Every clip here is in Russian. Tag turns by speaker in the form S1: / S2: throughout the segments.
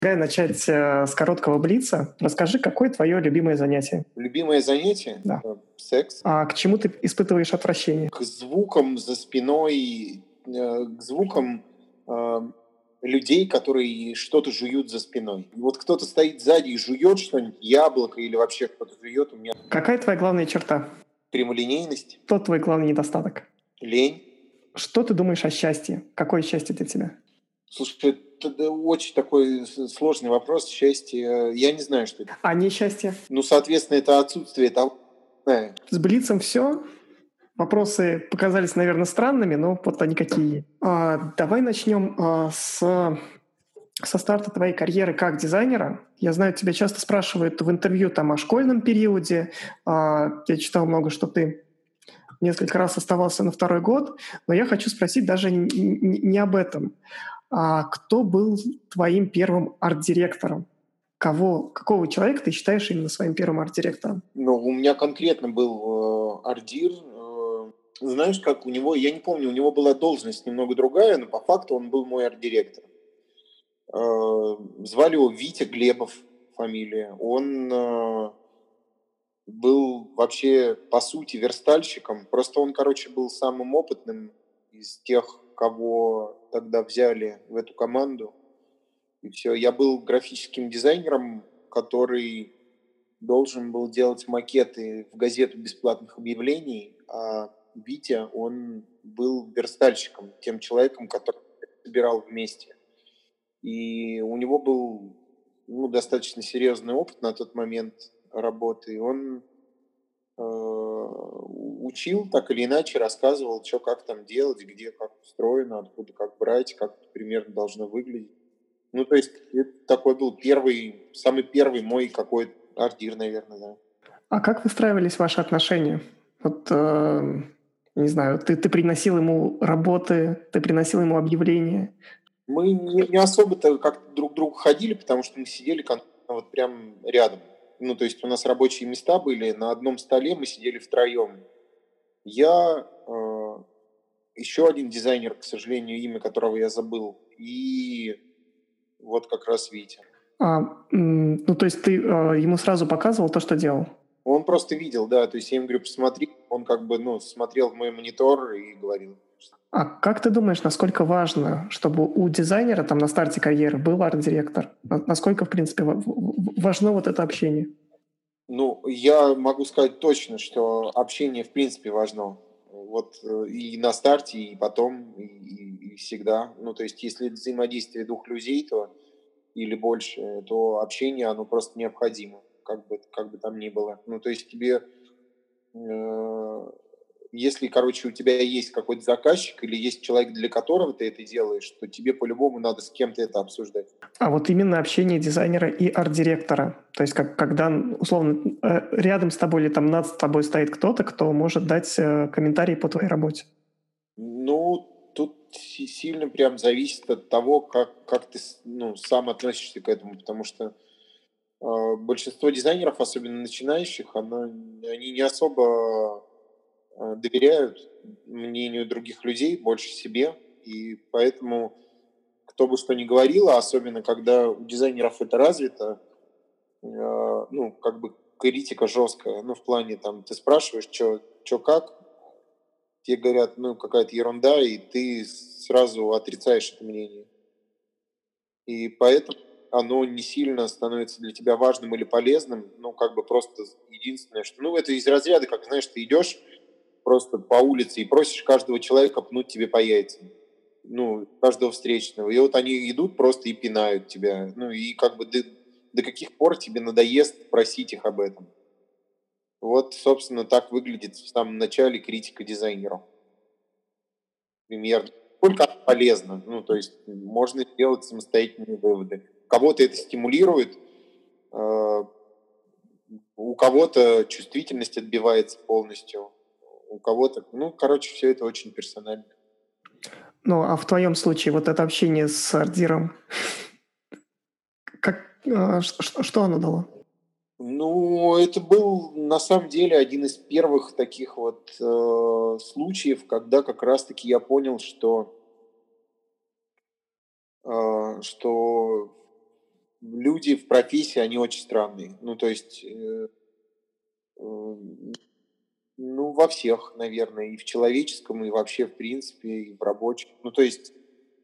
S1: Предлагаю начать с короткого блица. Расскажи, какое твое любимое занятие?
S2: Любимое занятие?
S1: Да.
S2: Секс.
S1: А к чему ты испытываешь отвращение?
S2: К звукам за спиной, к звукам людей, которые что-то жуют за спиной. Вот кто-то стоит сзади и жует что-нибудь, яблоко или вообще кто-то жует, у меня
S1: Какая твоя главная черта?
S2: прямолинейность,
S1: Что твой главный недостаток?
S2: лень.
S1: Что ты думаешь о счастье? Какое счастье для тебя?
S2: Слушай, это очень такой сложный вопрос. Счастье, я не знаю, что это.
S1: А не счастье?
S2: Ну, соответственно, это отсутствие того.
S1: С блицем все. Вопросы показались, наверное, странными, но вот они какие. Давай начнем со старта твоей карьеры как дизайнера. Я знаю, тебя часто спрашивают в интервью там о школьном периоде. Я читал много, что ты несколько раз оставался на второй год, но я хочу спросить даже не об этом. А кто был твоим первым арт-директором? Какого человека ты считаешь именно своим первым арт-директором?
S2: Ну, у меня конкретно был ардир. Знаешь, как у него, я не помню, у него была должность немного другая, но по факту он был мой арт-директор. Звали его Витя Глебов, фамилия. Он был вообще, по сути, верстальщиком. Просто он, короче, был самым опытным из тех, кого тогда взяли в эту команду. И все. Я был графическим дизайнером, который должен был делать макеты в газету бесплатных объявлений, а Витя, он был верстальщиком, тем человеком, который собирал вместе. И у него был достаточно серьезный опыт на тот момент работы. И он учил так или иначе, рассказывал, что как там делать, где как устроено, откуда как брать, как это примерно должно выглядеть. Ну, то есть, это такой был самый первый мой какой-то ардир, наверное, да.
S1: А как выстраивались ваши отношения? Вот, не знаю, ты приносил ему работы, ты приносил ему объявления.
S2: Мы не особо-то как-то друг к другу ходили, потому что мы сидели конкретно вот прям рядом. Ну, то есть у нас рабочие места были, на одном столе мы сидели втроем. Я, еще один дизайнер, к сожалению, имя которого я забыл, и вот как раз Витя.
S1: Ну, то есть ты ему сразу показывал то, что делал?
S2: Он просто видел, да, то есть я ему говорю, посмотри, он как бы, смотрел в мой монитор и говорил.
S1: А как ты думаешь, насколько важно, чтобы у дизайнера там на старте карьеры был арт-директор? Насколько, в принципе, важно вот это общение?
S2: Ну, я могу сказать точно, что общение в принципе важно. Вот и на старте, и потом, и всегда. Ну, то есть, если взаимодействие двух людей, то или больше, то общение, оно просто необходимо, как бы там ни было. Ну, то есть, тебе если, короче, у тебя есть какой-то заказчик или есть человек, для которого ты это делаешь, то тебе по-любому надо с кем-то это обсуждать.
S1: А вот именно общение дизайнера и арт-директора. То есть когда, условно, рядом с тобой или там над тобой стоит кто-то, кто может дать комментарий по твоей работе.
S2: Ну, тут сильно прям зависит от того, как ты сам относишься к этому, потому что большинство дизайнеров, особенно начинающих, они не особо доверяют мнению других людей, больше себе, и поэтому кто бы что ни говорил, а особенно когда у дизайнеров это развито, как бы критика жесткая, в плане там ты спрашиваешь, что как, тебе говорят, какая-то ерунда, и ты сразу отрицаешь это мнение. И поэтому оно не сильно становится для тебя важным или полезным, как бы просто единственное, что, это из разряда, как, знаешь, ты идешь просто по улице и просишь каждого человека пнуть тебе по яйцам, каждого встречного. И вот они идут просто и пинают тебя. И как бы до каких пор тебе надоест просить их об этом. Вот, собственно, так выглядит в самом начале критика дизайнеров. Примерно. Сколько это полезно. То есть можно сделать самостоятельные выводы. Кого-то это стимулирует, у кого-то чувствительность отбивается полностью, у кого-то... короче, все это очень персонально.
S1: Ну, а в твоем случае вот это общение с ардиром, что оно дало?
S2: Это был на самом деле один из первых таких вот случаев, когда как раз-таки я понял, что люди в профессии, они очень странные. Ну, то есть, ну, во всех, наверное, и в человеческом, и вообще, в принципе, и в рабочем. Ну, то есть,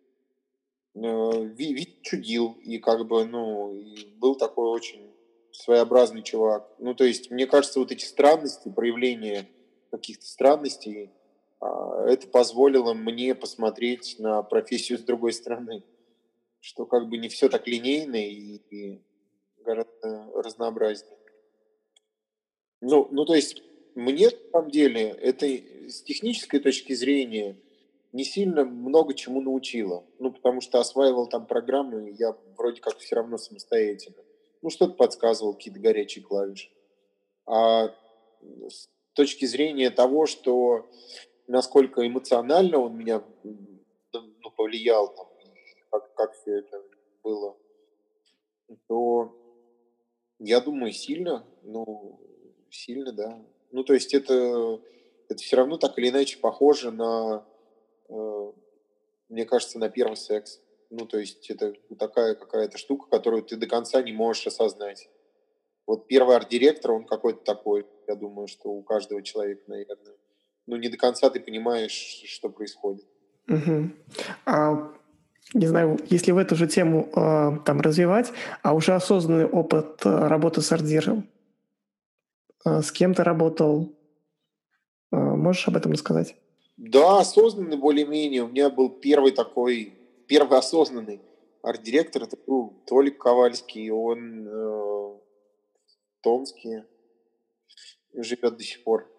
S2: Витя чудил, и как бы, ну, и был такой очень своеобразный чувак. Ну, то есть, мне кажется, вот эти странности, проявления каких-то странностей, это позволило мне посмотреть на профессию с другой стороны, что как бы не все так линейно и гораздо разнообразнее. Ну, то есть, мне на самом деле это с технической точки зрения не сильно много чему научило. Ну, потому что осваивал там программы я вроде как все равно самостоятельно. Ну, что-то подсказывал, какие-то горячие клавиши. А с точки зрения того, что насколько эмоционально он меня ну, повлиял, там, как все это было, то я думаю, сильно. Ну, сильно, да. Ну, то есть это все равно так или иначе похоже на, э, мне кажется, на первый секс. Ну, то есть это такая какая-то штука, которую ты до конца не можешь осознать. Вот первый арт-директор, он какой-то такой, я думаю, что у каждого человека, наверное. Ну, не до конца ты понимаешь, что происходит.
S1: Мгм. А, не знаю, если в эту же тему там развивать, а уже осознанный опыт работы с ардиром, с кем ты работал, можешь об этом рассказать?
S2: Да, осознанный более-менее. У меня был первый осознанный арт-директор, это был Толик Ковальский, он в Томске живет до сих пор.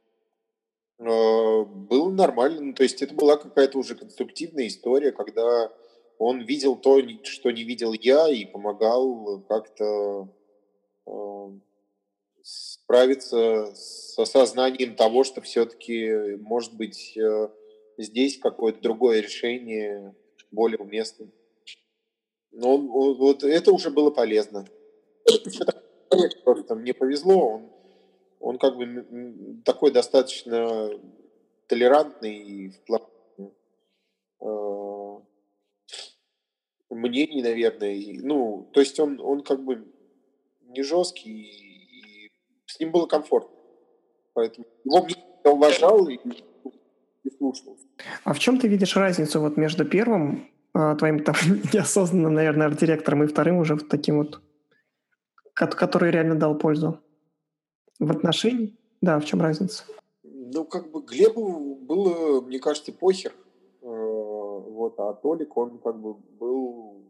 S2: Было нормально, ну, то есть это была какая-то уже конструктивная история, когда он видел то, что не видел я, и помогал как-то э, справиться с осознанием того, что все-таки, может быть, здесь какое-то другое решение более уместно. Но вот это уже было полезно. Это всё так, просто мне повезло, он как бы такой достаточно толерантный в плане э, мнений, наверное. Ну, то есть он как бы не жесткий, и с ним было комфортно. Поэтому его мнение я уважал и слушал.
S1: А в чем ты видишь разницу вот между первым твоим там неосознанным, наверное, арт-директором и вторым уже вот таким вот, который реально дал пользу? В отношении? Да, в чем разница?
S2: Ну, как бы Глебу было, мне кажется, похер. Вот, а Толик, он как бы был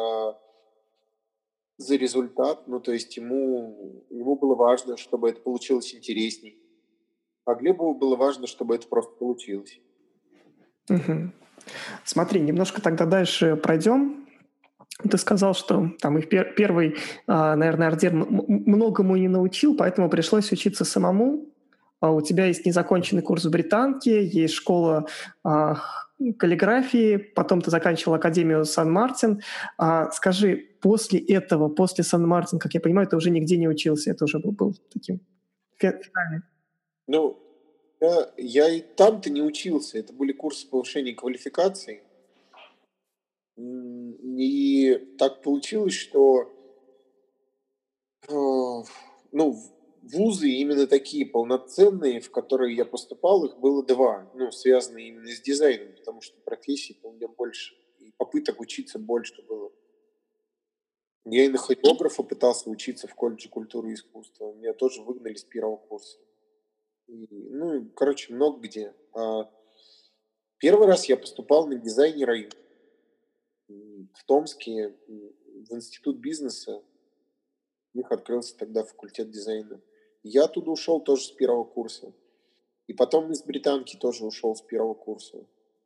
S2: за результат. Ну, то есть ему было важно, чтобы это получилось интересней. А Глебу было важно, чтобы это просто получилось.
S1: Мгм. Смотри, немножко тогда дальше пройдем. Ты сказал, что там их первый, наверное, ордер многому не научил, поэтому пришлось учиться самому. У тебя есть незаконченный курс в британке, есть школа каллиграфии, потом ты заканчивал Академию Сан-Мартин. Скажи, после этого, после Сан-Мартин, как я понимаю, ты уже нигде не учился, это уже был таким финальным.
S2: Ну, я и там-то не учился. Это были курсы повышения квалификации. И так получилось, что ну, вузы именно такие полноценные, в которые я поступал, их было два, ну, связанные именно с дизайном, потому что профессий у меня больше, и попыток учиться больше было. Я и на хореографа пытался учиться в колледже культуры и искусства. Меня тоже выгнали с первого курса. Ну, и, короче, много где. Первый раз я поступал на дизайнера в Томске, в институт бизнеса. У них открылся тогда факультет дизайна. Я оттуда ушел тоже с первого курса. И потом из британки тоже ушел с первого курса.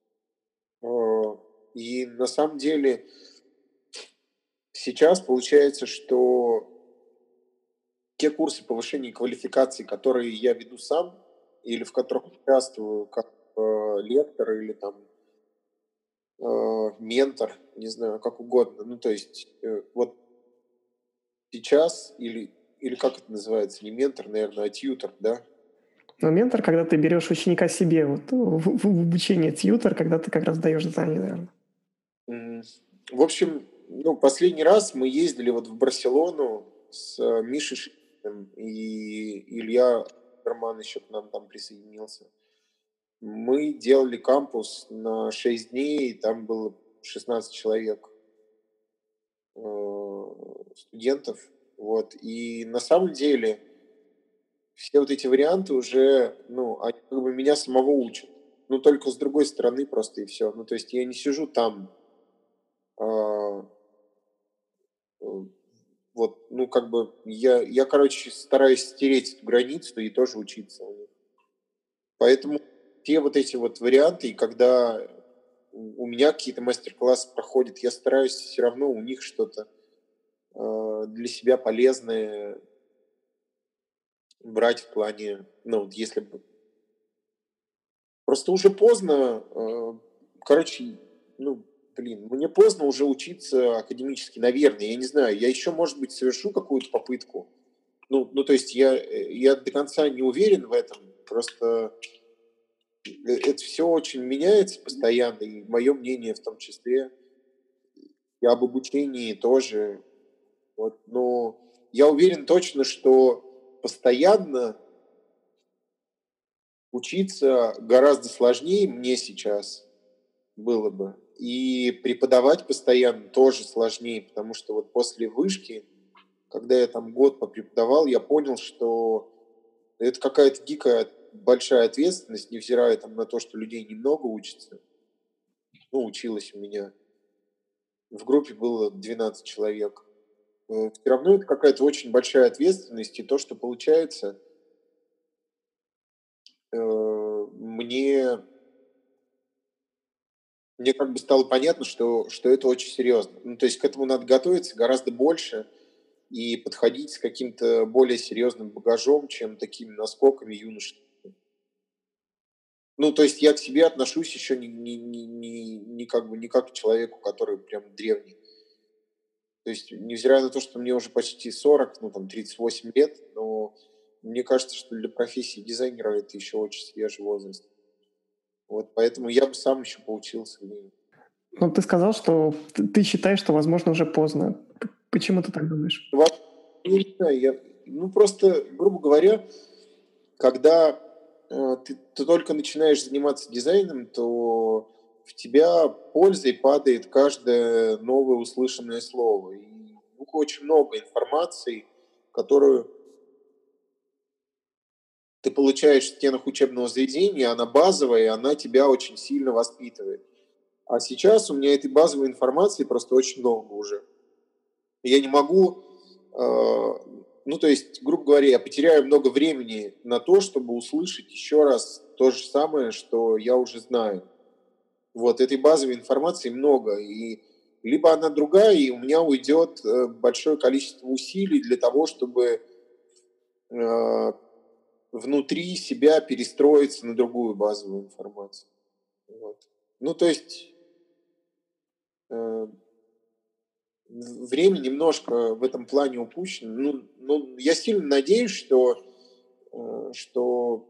S2: И на самом деле сейчас получается, что те курсы повышения квалификации, которые я веду сам, или в которых участвую как лектор или там ментор, не знаю, как угодно. Ну, то есть вот сейчас, или как это называется, не ментор, наверное, а тьютор, да?
S1: Но ментор, когда ты берешь ученика себе вот, в обучение, тьютор, когда ты как раз даешь знания, наверное.
S2: В общем, Ну, последний раз мы ездили вот в Барселону с Мишей Шишкиным, и Илья Роман еще к нам там присоединился. Мы делали кампус на 6 дней, и там было 16 человек студентов. Вот. И на самом деле все вот эти варианты уже, ну, они как бы меня самого учат. Ну, только с другой стороны просто и все. Ну, то есть я не сижу там, а, вот, ну, как бы короче, стараюсь стереть эту границу и тоже учиться у них. Поэтому те вот эти вот варианты, и когда у меня какие-то мастер-классы проходят, я стараюсь все равно у них что-то для себя полезное брать в плане, ну, вот если бы... Просто уже поздно, короче, ну, блин, мне поздно уже учиться академически, наверное, я не знаю, я еще, может быть, совершу какую-то попытку. Ну, то есть я до конца не уверен в этом, просто это все очень меняется постоянно, и мое мнение в том числе, и об обучении тоже. Вот, но я уверен точно, что постоянно учиться гораздо сложнее мне сейчас было бы. И преподавать постоянно тоже сложнее, потому что вот после вышки, когда я там год попреподавал, я понял, что это какая-то дикая большая ответственность, невзирая там на то, что людей немного учится. Ну, училось у меня. В группе было 12 человек. Все равно это какая-то очень большая ответственность, и то, что получается, мне, мне как бы стало понятно, что это очень серьезно. Ну, то есть к этому надо готовиться гораздо больше и подходить с каким-то более серьезным багажом, чем такими наскоками юношескими. Ну, то есть я к себе отношусь еще не как бы не как к человеку, который прям древний. То есть, невзирая на то, что мне уже почти 40, ну, там, 38 лет, но мне кажется, что для профессии дизайнера это еще очень свежий возраст. Вот, поэтому я бы сам еще поучился где-нибудь.
S1: Ну, ты сказал, что ты считаешь, что, возможно, уже поздно. Почему ты так думаешь?
S2: Я не знаю, ну, просто, грубо говоря, когда ты только начинаешь заниматься дизайном, то в тебя пользой падает каждое новое услышанное слово. И очень много информации, которую ты получаешь в стенах учебного заведения, она базовая, и она тебя очень сильно воспитывает. А сейчас у меня этой базовой информации просто очень много уже. Я не могу, ну, то есть, грубо говоря, я потеряю много времени на то, чтобы услышать еще раз то же самое, что я уже знаю. Вот, этой базовой информации много, и либо она другая, и у меня уйдет большое количество усилий для того, чтобы э, внутри себя перестроиться на другую базовую информацию. Вот. Ну, то есть э, время немножко в этом плане упущено. Ну, я сильно надеюсь, что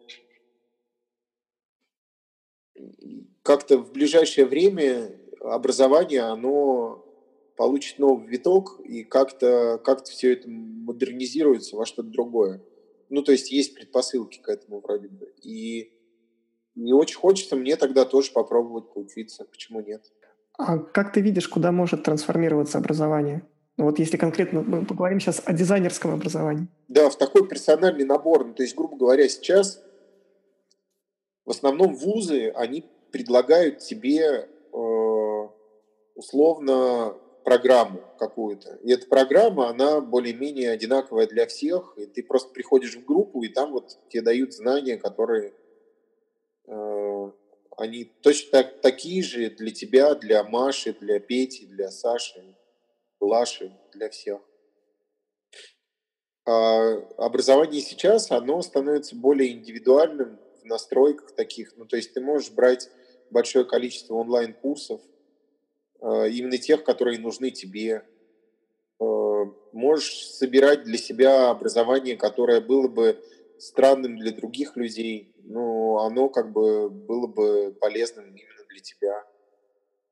S2: как-то в ближайшее время образование, оно получит новый виток и как все это модернизируется во что-то другое. Ну, то есть есть предпосылки к этому вроде бы. И не очень хочется мне тогда тоже попробовать поучиться. Почему нет?
S1: А как ты видишь, куда может трансформироваться образование? Ну, вот если конкретно мы поговорим сейчас о дизайнерском образовании.
S2: Да, в такой персональный набор. Ну, то есть, грубо говоря, сейчас в основном вузы, они предлагают тебе условно программу какую-то. И эта программа, она более-менее одинаковая для всех, и ты просто приходишь в группу, и там вот тебе дают знания, которые они точно такие же для тебя, для Маши, для Пети, для Саши, Лаши, для всех. А образование сейчас, оно становится более индивидуальным в настройках таких. Ну, то есть ты можешь брать большое количество онлайн-курсов, именно тех, которые нужны тебе. Можешь собирать для себя образование, которое было бы странным для других людей, но оно как бы было бы полезным именно для тебя.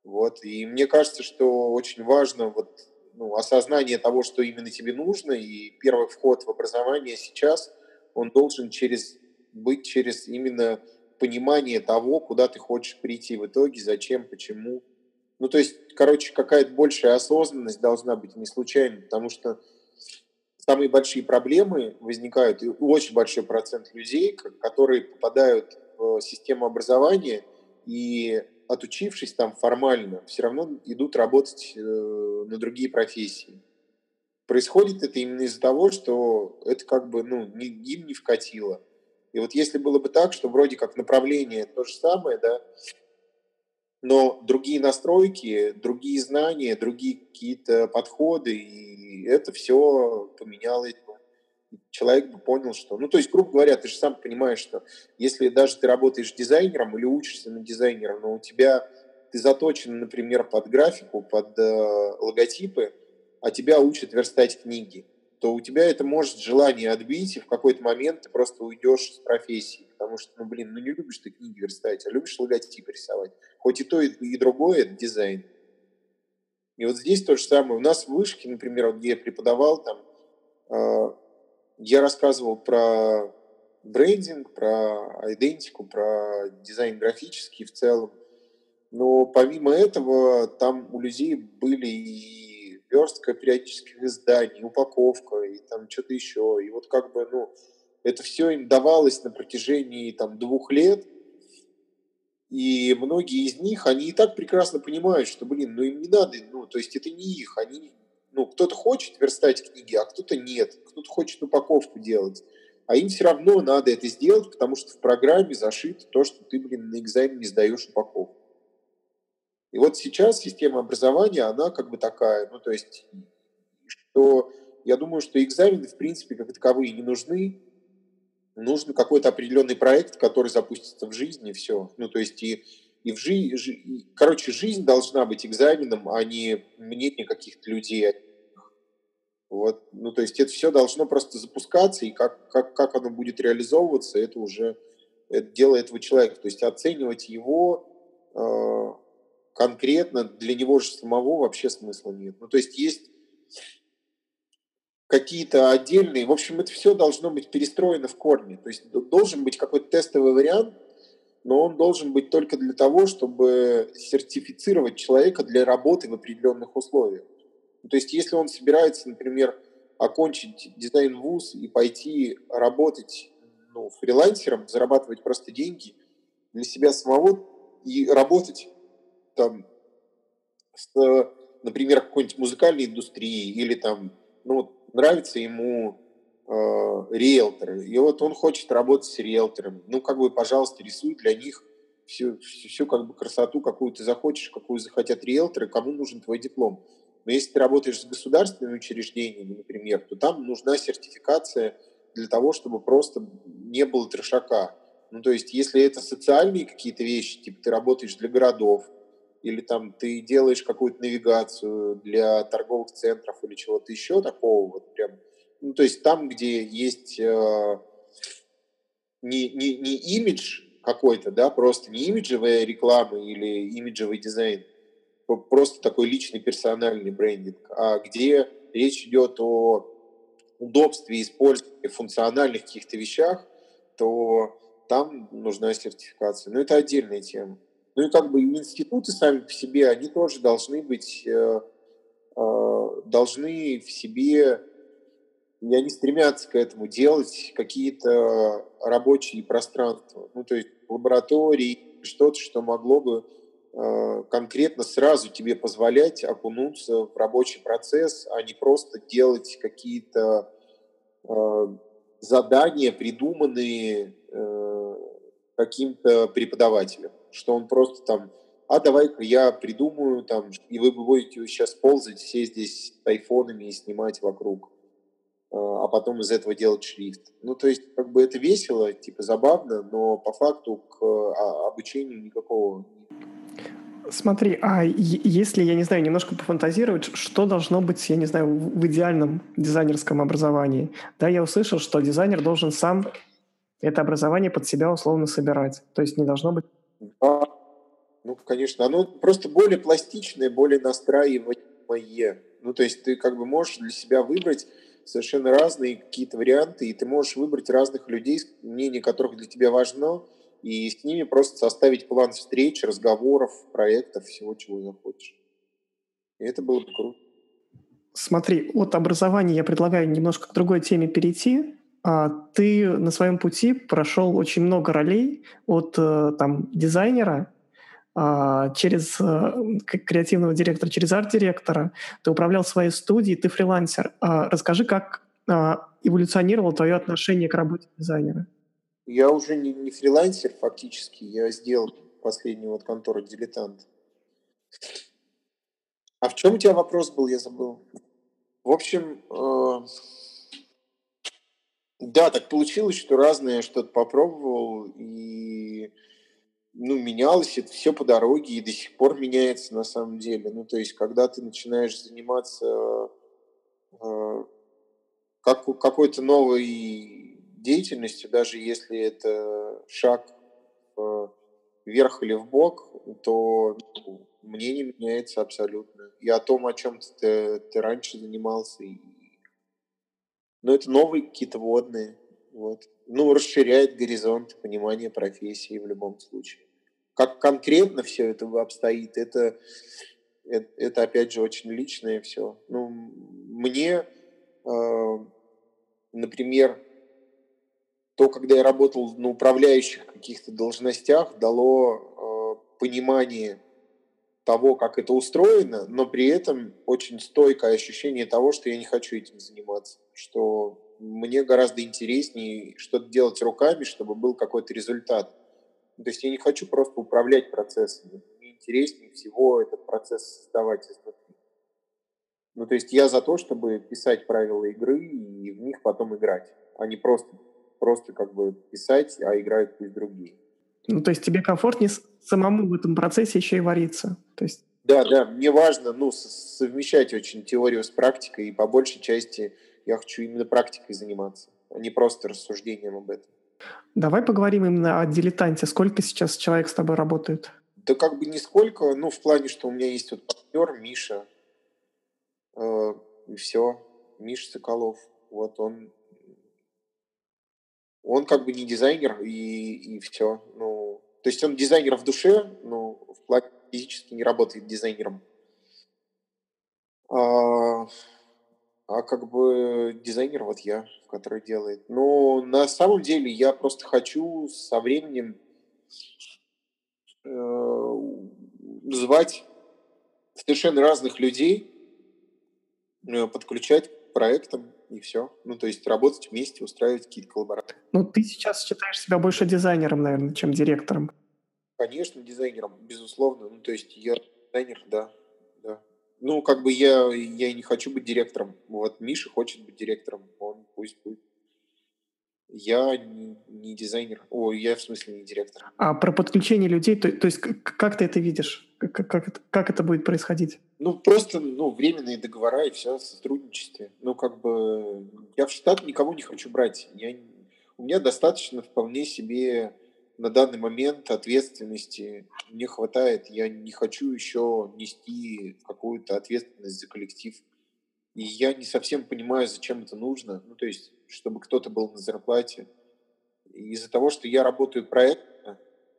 S2: Вот. И мне кажется, что очень важно вот, осознание того, что именно тебе нужно, и первый вход в образование сейчас, он должен быть через именно понимание того, куда ты хочешь прийти в итоге, зачем, почему. То есть, короче, какая-то большая осознанность должна быть не случайно, потому что самые большие проблемы возникают, и очень большой процент людей, которые попадают в систему образования и, отучившись там формально, все равно идут работать на другие профессии. Происходит это именно из-за того, что это как бы им не вкатило. И вот если было бы так, что вроде как направление то же самое, да, но другие настройки, другие знания, другие какие-то подходы, и это все поменялось бы. Человек бы понял, что... то есть, грубо говоря, ты же сам понимаешь, что если даже ты работаешь дизайнером или учишься на дизайнера, но ты заточен, например, под графику, под логотипы, а тебя учат верстать книги, то у тебя это может желание отбить, и в какой-то момент ты просто уйдешь с профессии, потому что, не любишь ты книги верстать, а любишь логотипы рисовать. Хоть и то, и другое – это дизайн. И вот здесь то же самое. У нас в вышке, например, вот где я преподавал, там, я рассказывал про брендинг, про идентику, про дизайн графический в целом. Но помимо этого, там у людей были и верстка периодических изданий, упаковка, и там что-то еще. И вот как бы, это все им давалось на протяжении 2 лет. И многие из них, они и так прекрасно понимают, что, им не надо, то есть это не их, кто-то хочет верстать книги, а кто-то нет, кто-то хочет упаковку делать, а им все равно надо это сделать, потому что в программе зашито то, что ты, на экзамене сдаешь упаковку. И вот сейчас система образования, она как бы такая, то есть, что я думаю, что экзамены, в принципе, как таковые не нужны, нужен какой-то определенный проект, который запустится в жизнь, и все. То есть короче, жизнь должна быть экзаменом, а не мнение каких-то людей. Вот. То есть это все должно просто запускаться, и как оно будет реализовываться, это уже это дело этого человека. То есть оценивать его конкретно для него же самого вообще смысла нет. То есть есть какие-то отдельные... В общем, это все должно быть перестроено в корне. То есть должен быть какой-то тестовый вариант, но он должен быть только для того, чтобы сертифицировать человека для работы в определенных условиях. То есть если он собирается, например, окончить дизайн-вуз и пойти работать фрилансером, зарабатывать просто деньги для себя самого и работать там с, например, какой-нибудь музыкальной индустрией или там, нравится ему риэлторы, и вот он хочет работать с риэлторами. Пожалуйста, рисуй для них всю как бы красоту, какую ты захочешь, какую захотят риэлторы, кому нужен твой диплом. Но если ты работаешь с государственными учреждениями, например, то там нужна сертификация для того, чтобы просто не было трешака. То есть, если это социальные какие-то вещи, типа ты работаешь для городов, или там ты делаешь какую-то навигацию для торговых центров или чего-то еще такого, вот прям, то есть там, где есть не имидж какой-то, да, просто не имиджевая реклама или имиджевый дизайн, просто такой личный персональный брендинг, а где речь идет о удобстве использования функциональных каких-то вещах, то там нужна сертификация. Но это отдельная тема. И как бы институты сами по себе, они тоже должны быть, должны в себе, и они стремятся к этому, делать какие-то рабочие пространства. То есть лаборатории, что-то, что могло бы конкретно сразу тебе позволять окунуться в рабочий процесс, а не просто делать какие-то задания, придуманные каким-то преподавателем, что он просто там, давай-ка я придумаю там, и вы будете сейчас ползать все здесь с айфонами и снимать вокруг, а потом из этого делать шрифт. То есть, как бы это весело, типа забавно, но по факту к обучению никакого.
S1: Смотри, если, я не знаю, немножко пофантазировать, что должно быть, я не знаю, в идеальном дизайнерском образовании? Да, я услышал, что дизайнер должен сам это образование под себя условно собирать. То есть не должно быть...
S2: Ну, конечно, оно просто более пластичное, более настраиваемое. Ну, то есть ты как бы можешь для себя выбрать совершенно разные какие-то варианты, и ты можешь выбрать разных людей, мнение которых для тебя важно, и с ними просто составить план встреч, разговоров, проектов, всего, чего захочешь. И это было бы круто.
S1: Смотри, от образования я предлагаю немножко к другой теме перейти. Ты на своем пути прошел очень много ролей от там, дизайнера через креативного директора, через арт-директора. Ты управлял своей студией, ты фрилансер. Расскажи, как эволюционировало твое отношение к работе дизайнера?
S2: Я уже не фрилансер фактически, я сделал последнюю вот контору «Дилетант». А в чем у тебя вопрос был, я забыл? В общем, да, так получилось, что разное что-то попробовал, и ну, менялось это все по дороге, и до сих пор меняется на самом деле. Ну, то есть, когда ты начинаешь заниматься э, какой-то новой деятельностью, даже если это шаг вверх или вбок, то ну, мнение меняется абсолютно. И о том, о чем ты раньше занимался, но это новые какие-то водные. Вот. Ну, расширяет горизонт понимания профессии в любом случае. Как конкретно все это обстоит, это опять же очень личное все. Ну, мне, например, то, когда я работал на управляющих каких-то должностях, дало понимание того, как это устроено, но при этом очень стойкое ощущение того, что я не хочу этим заниматься, что мне гораздо интереснее что-то делать руками, чтобы был какой-то результат. То есть я не хочу просто управлять процессами. Мне интереснее всего этот процесс создавать изнутри. Ну, то есть я за то, чтобы писать правила игры и в них потом играть, а не просто как бы писать, а играют пусть другие.
S1: Ну, то есть тебе комфортнее самому в этом процессе еще и вариться. То есть
S2: Да, да, мне важно, ну, совмещать очень теорию с практикой, и по большей части я хочу именно практикой заниматься, а не просто рассуждением об этом.
S1: давай поговорим именно о дилетанте. Сколько сейчас человек с тобой работает?
S2: Да как бы нисколько, ну, в плане, что у меня есть вот партнер Миша, и все, Миша Соколов, вот он как бы не дизайнер, и все, ну, то есть он дизайнер в душе, но в плане физически не работает дизайнером. А, А как бы дизайнер вот я, который делает. Но на самом деле я просто хочу со временем звать совершенно разных людей, подключать к проектам и все. Ну, то есть работать вместе, устраивать какие-то коллаборации.
S1: Ну, ты сейчас считаешь себя больше дизайнером, наверное, чем директором.
S2: Конечно, дизайнером, безусловно. Ну, то есть я дизайнер, да, да. Ну, как бы я и не хочу быть директором. Вот Миша хочет быть директором, он пусть будет. Я не дизайнер. Ой, я в смысле не директор.
S1: А про подключение людей, то есть как ты это видишь? Как это будет происходить?
S2: Ну, просто, ну, временные договора и все о сотрудничестве. Ну, как бы, я в штат никого не хочу брать. У меня достаточно вполне себе на данный момент ответственности. Мне хватает. Я не хочу еще нести какую-то ответственность за коллектив. И я не совсем понимаю, зачем это нужно. Ну, то есть, чтобы кто-то был на зарплате. И из-за того, что я работаю проектно,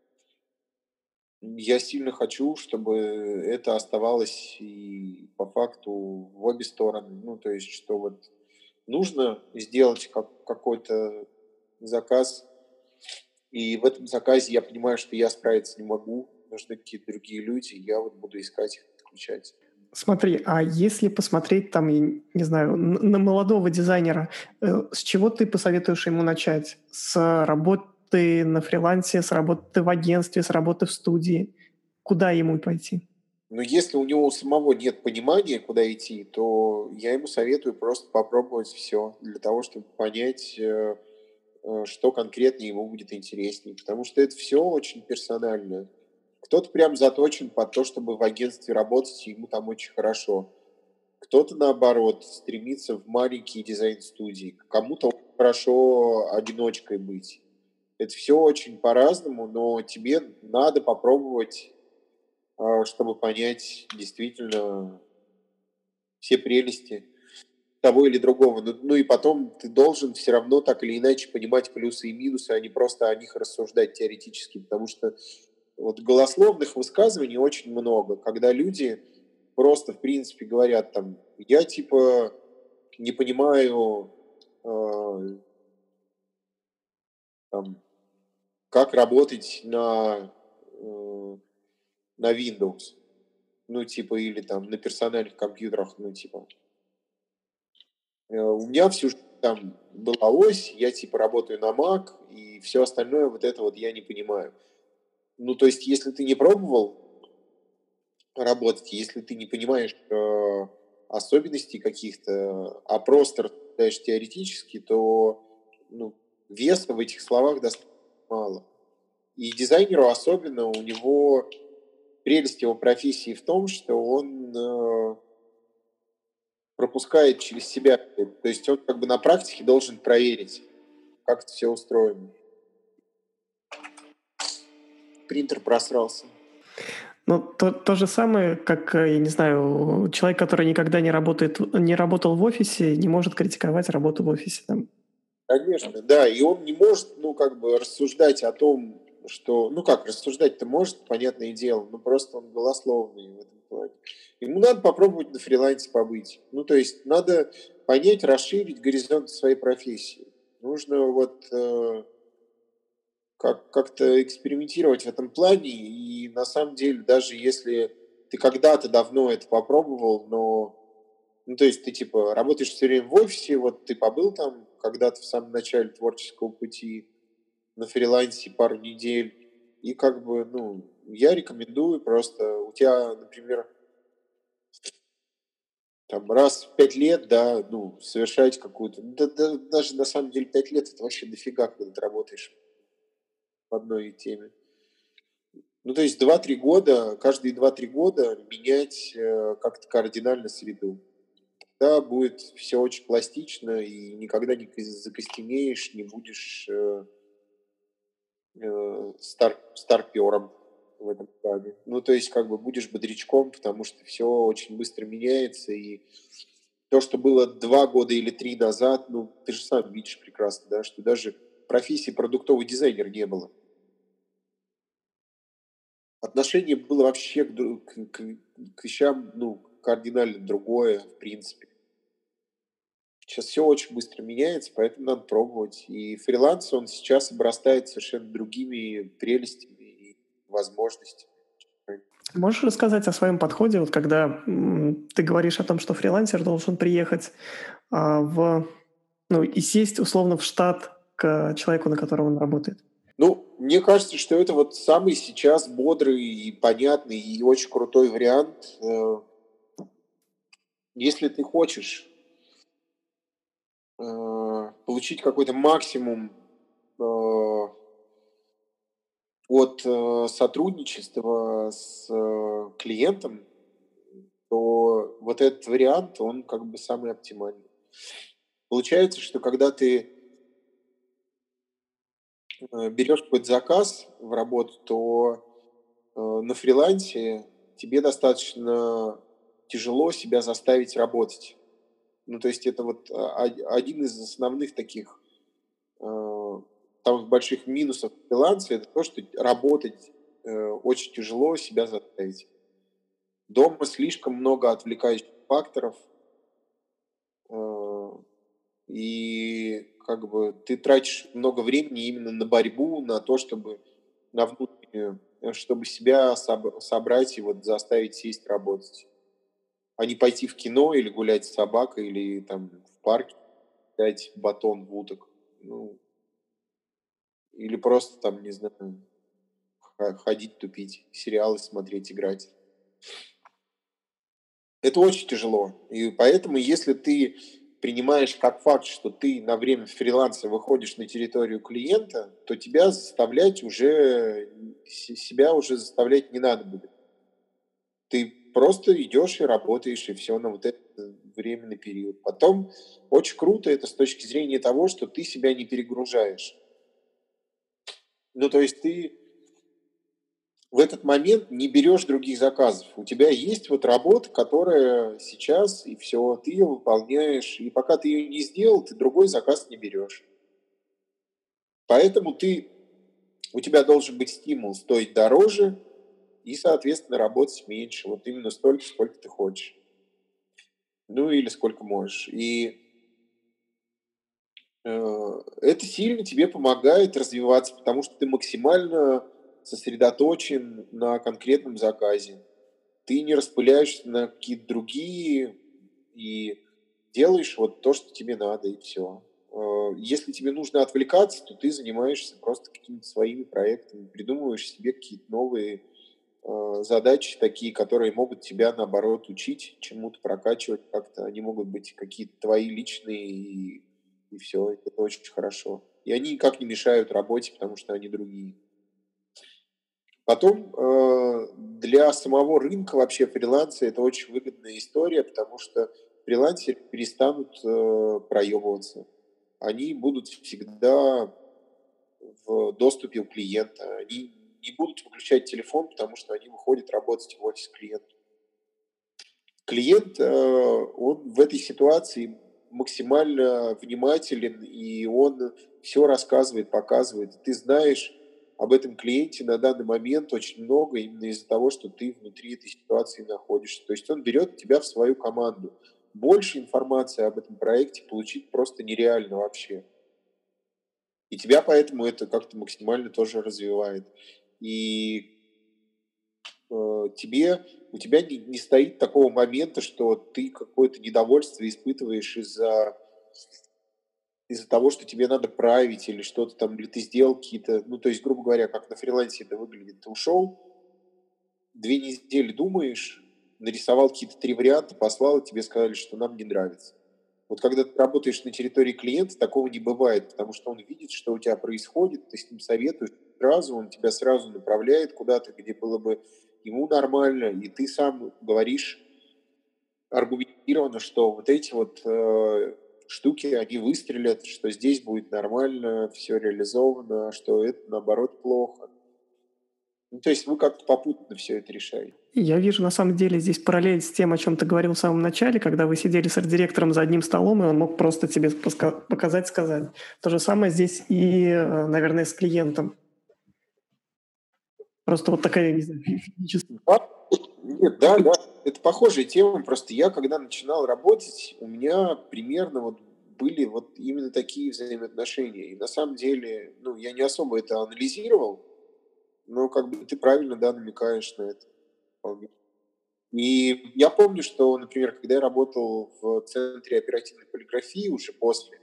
S2: я сильно хочу, чтобы это оставалось и по факту в обе стороны. Ну, то есть, что вот нужно сделать какой-то заказ, и в этом заказе я понимаю, что я справиться не могу, нужны какие-то другие люди, я вот буду искать их, подключать.
S1: Смотри, а если посмотреть там, я не знаю, на молодого дизайнера, с чего ты посоветуешь ему начать? С работы на фрилансе, с работы в агентстве, с работы в студии? Куда ему пойти?
S2: Но если у него у самого нет понимания, куда идти, то я ему советую просто попробовать все для того, чтобы понять, что конкретно ему будет интереснее. Потому что это все очень персонально. Кто-то прям заточен под то, чтобы в агентстве работать, и ему там очень хорошо. Кто-то, наоборот, стремится в маленькие дизайн-студии. Кому-то хорошо одиночкой быть. Это все очень по-разному, но тебе надо попробовать чтобы понять действительно все прелести того или другого. Ну и потом ты должен все равно так или иначе понимать плюсы и минусы, а не просто о них рассуждать теоретически, потому что вот голословных высказываний очень много, когда люди просто, в принципе, говорят там, я типа не понимаю, там, как работать на Windows, ну, типа, или там на персональных компьютерах, ну, типа. У меня всю жизнь там была ось, я, типа, работаю на Mac, и все остальное вот это вот я не понимаю. Ну, то есть, если ты не пробовал работать, если ты не понимаешь особенностей каких-то, а просто рассуждаешь теоретически, то ну, веса в этих словах достаточно мало. И дизайнеру особенно, у него прелесть его профессии в том, что он пропускает через себя. То есть он как бы на практике должен проверить, как это все устроено. Принтер просрался.
S1: Ну, то же самое, как, я не знаю, человек, который никогда не работал в офисе, не может критиковать работу в офисе. Там.
S2: Конечно, да, и он не может, ну, как бы рассуждать о том, что, ну, как рассуждать-то может, понятное дело, но просто он голословный в этом плане. Ему надо попробовать на фрилансе побыть. Ну, то есть надо понять, расширить горизонт своей профессии. Нужно вот как-то экспериментировать в этом плане, и на самом деле, даже если ты когда-то давно это попробовал, но ну, то есть ты, типа, работаешь все время в офисе, вот ты побыл там когда-то в самом начале творческого пути на фрилансе пару недель, и как бы, ну, я рекомендую просто, у тебя, например, там раз в 5 лет, да, ну, совершать какую-то, да, даже на самом деле 5 лет это вообще дофига, когда ты работаешь в одной теме. Ну, то есть 2-3 года, каждые 2-3 года менять как-то кардинально среду. Да, будет все очень пластично, и никогда не закостенеешь, не будешь старпером в этом плане. Ну, то есть, как бы будешь бодрячком, потому что все очень быстро меняется, и то, что было 2 года или 3 назад, ну, ты же сам видишь прекрасно, да, что даже профессии продуктовый дизайнер не было. Отношение было вообще к вещам, ну, кардинально другое, в принципе. Сейчас все очень быстро меняется, поэтому надо пробовать. И фриланс, он сейчас обрастает совершенно другими прелестями и возможностями.
S1: Можешь рассказать о своем подходе, вот когда ты говоришь о том, что фрилансер должен приехать ну, и сесть условно в штат к человеку, на котором он работает?
S2: Ну, мне кажется, что это вот самый сейчас бодрый и понятный и очень крутой вариант. Если ты хочешь получить какой-то максимум от сотрудничества с клиентом, то вот этот вариант, он как бы самый оптимальный. Получается, что когда ты берешь какой-то заказ в работу, то на фрилансе тебе достаточно тяжело себя заставить работать. Ну, то есть это вот один из основных таких самых больших минусов фриланса, это то, что работать очень тяжело себя заставить. Дома слишком много отвлекающих факторов, э, и как бы ты тратишь много времени именно на борьбу, на то, чтобы на внутреннюю, чтобы себя собрать и вот заставить сесть работать, а не пойти в кино или гулять с собакой или там в парке дать батон в уток, ну, или просто там, не знаю, ходить тупить, сериалы смотреть, играть. Это очень тяжело. И поэтому, если ты принимаешь как факт, что ты на время фриланса выходишь на территорию клиента, то тебя заставлять уже, себя уже заставлять не надо будет. Ты просто идешь и работаешь, и все на вот этот временный период. Потом очень круто это с точки зрения того, что ты себя не перегружаешь. Ну, то есть ты в этот момент не берешь других заказов. У тебя есть вот работа, которая сейчас, и все, ты ее выполняешь, и пока ты ее не сделал, ты другой заказ не берешь. Поэтому у тебя должен быть стимул стоить дороже и, соответственно, работать меньше. Вот именно столько, сколько ты хочешь. Ну или сколько можешь. И это сильно тебе помогает развиваться, потому что ты максимально сосредоточен на конкретном заказе. Ты не распыляешься на какие-то другие и делаешь вот то, что тебе надо, и все. Если тебе нужно отвлекаться, то ты занимаешься просто какими-то своими проектами, придумываешь себе какие-то новые задачи такие, которые могут тебя, наоборот, учить, чему-то прокачивать как-то. Они могут быть какие-то твои личные, и все. Это очень хорошо. И они никак не мешают работе, потому что они другие. Потом для самого рынка вообще фриланса это очень выгодная история, потому что фрилансеры перестанут проебываться. Они будут всегда в доступе у клиента. Они не будут выключать телефон, потому что они выходят работать в офис клиента. Клиент, он в этой ситуации максимально внимателен, и он все рассказывает, показывает. И ты знаешь об этом клиенте на данный момент очень много именно из-за того, что ты внутри этой ситуации находишься. То есть он берет тебя в свою команду. Больше информации об этом проекте получить просто нереально вообще. И тебя поэтому это как-то максимально тоже развивает. И у тебя не стоит такого момента, что ты какое-то недовольство испытываешь из-за того, что тебе надо править или что-то там, или ты сделал какие-то, ну, то есть, грубо говоря, как на фрилансе это выглядит. Ты ушел, 2 недели думаешь, нарисовал какие-то 3 варианта, послал, и тебе сказали, что нам не нравится. Вот когда ты работаешь на территории клиента, такого не бывает, потому что он видит, что у тебя происходит, ты с ним советуешь сразу, он тебя сразу направляет куда-то, где было бы ему нормально, и ты сам говоришь аргументированно, что вот эти вот штуки, они выстрелят, что здесь будет нормально, все реализовано, а что это наоборот плохо. Ну, то есть вы как-то попутно все это решаете.
S1: Я вижу, на самом деле, здесь параллель с тем, о чем ты говорил в самом начале, когда вы сидели с арт-директором за одним столом, и он мог просто тебе показать, сказать. То же самое здесь и, наверное, с клиентом. Просто вот такая, не знаю, физическая.
S2: Нет, да, это похожая тема, просто я, когда начинал работать, у меня примерно вот были вот именно такие взаимоотношения. И на самом деле, ну, я не особо это анализировал, но как бы ты правильно, да, намекаешь на это вполне. И я помню, что, например, когда я работал в центре оперативной полиграфии уже после,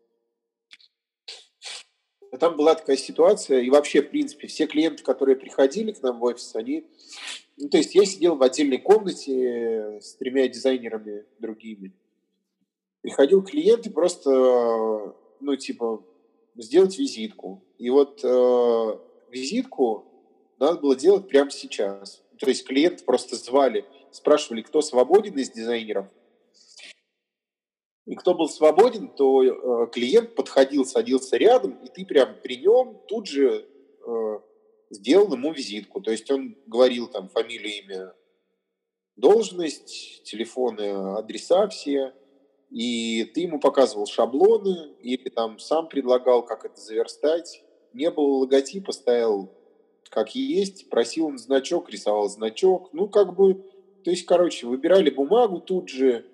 S2: там была такая ситуация, и вообще, в принципе, все клиенты, которые приходили к нам в офис, они... Ну, то есть я сидел в отдельной комнате с 3 дизайнерами другими. Приходил клиент и просто, ну, типа, сделать визитку. И вот визитку надо было делать прямо сейчас. То есть клиент просто звали, спрашивали, кто свободен из дизайнеров. И кто был свободен, то клиент подходил, садился рядом, и ты прям при нем тут же сделал ему визитку. То есть он говорил там фамилию, имя, должность, телефоны, адреса все, и ты ему показывал шаблоны или там сам предлагал, как это заверстать. Не было логотипа, ставил как есть, просил он значок, рисовал значок. Ну, как бы, то есть, короче, выбирали бумагу тут же,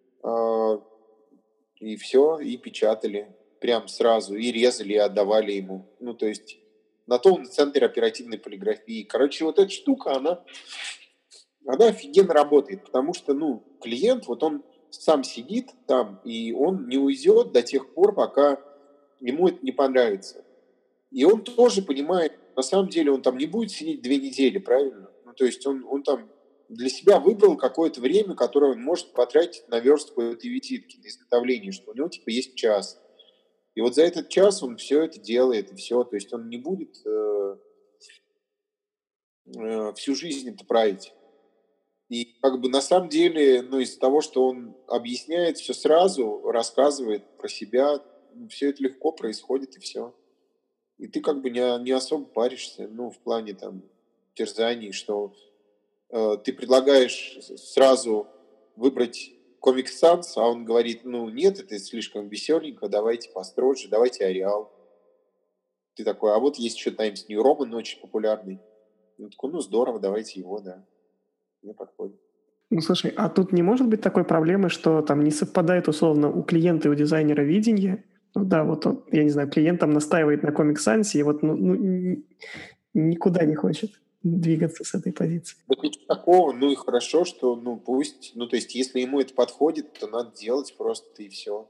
S2: и все, и печатали прям сразу, и резали, и отдавали ему. Ну, то есть, на то он центр оперативной полиграфии. Короче, вот эта штука, она офигенно работает, потому что, ну, клиент, вот он сам сидит там, и он не уйдет до тех пор, пока ему это не понравится. И он тоже понимает, на самом деле он там не будет сидеть 2 недели, правильно? Ну, то есть он там для себя выбрал какое-то время, которое он может потратить на верстку этой визитки, на изготовление, что у него типа есть час. И вот за этот час он все это делает, и все. То есть он не будет всю жизнь это править. И как бы на самом деле, ну, из-за того, что он объясняет все сразу, рассказывает про себя, все это легко происходит, и все. И ты как бы не особо паришься, ну, в плане там терзаний, что ты предлагаешь сразу выбрать Comic Sans, а он говорит, ну нет, это слишком веселенько, давайте построже, давайте Ареал. Ты такой, а вот есть еще Times New Roman, очень популярный. Ну, такой, ну здорово, давайте его, да. Мне подходит.
S1: Ну, слушай, а тут не может быть такой проблемы, что там не совпадает условно у клиента и у дизайнера видение? Ну да, вот он, я не знаю, клиент там настаивает на Comic Sans и вот никуда не хочет двигаться с этой позиции.
S2: Да ничего такого, ну и хорошо, что, ну пусть, ну то есть если ему это подходит, то надо делать просто и все.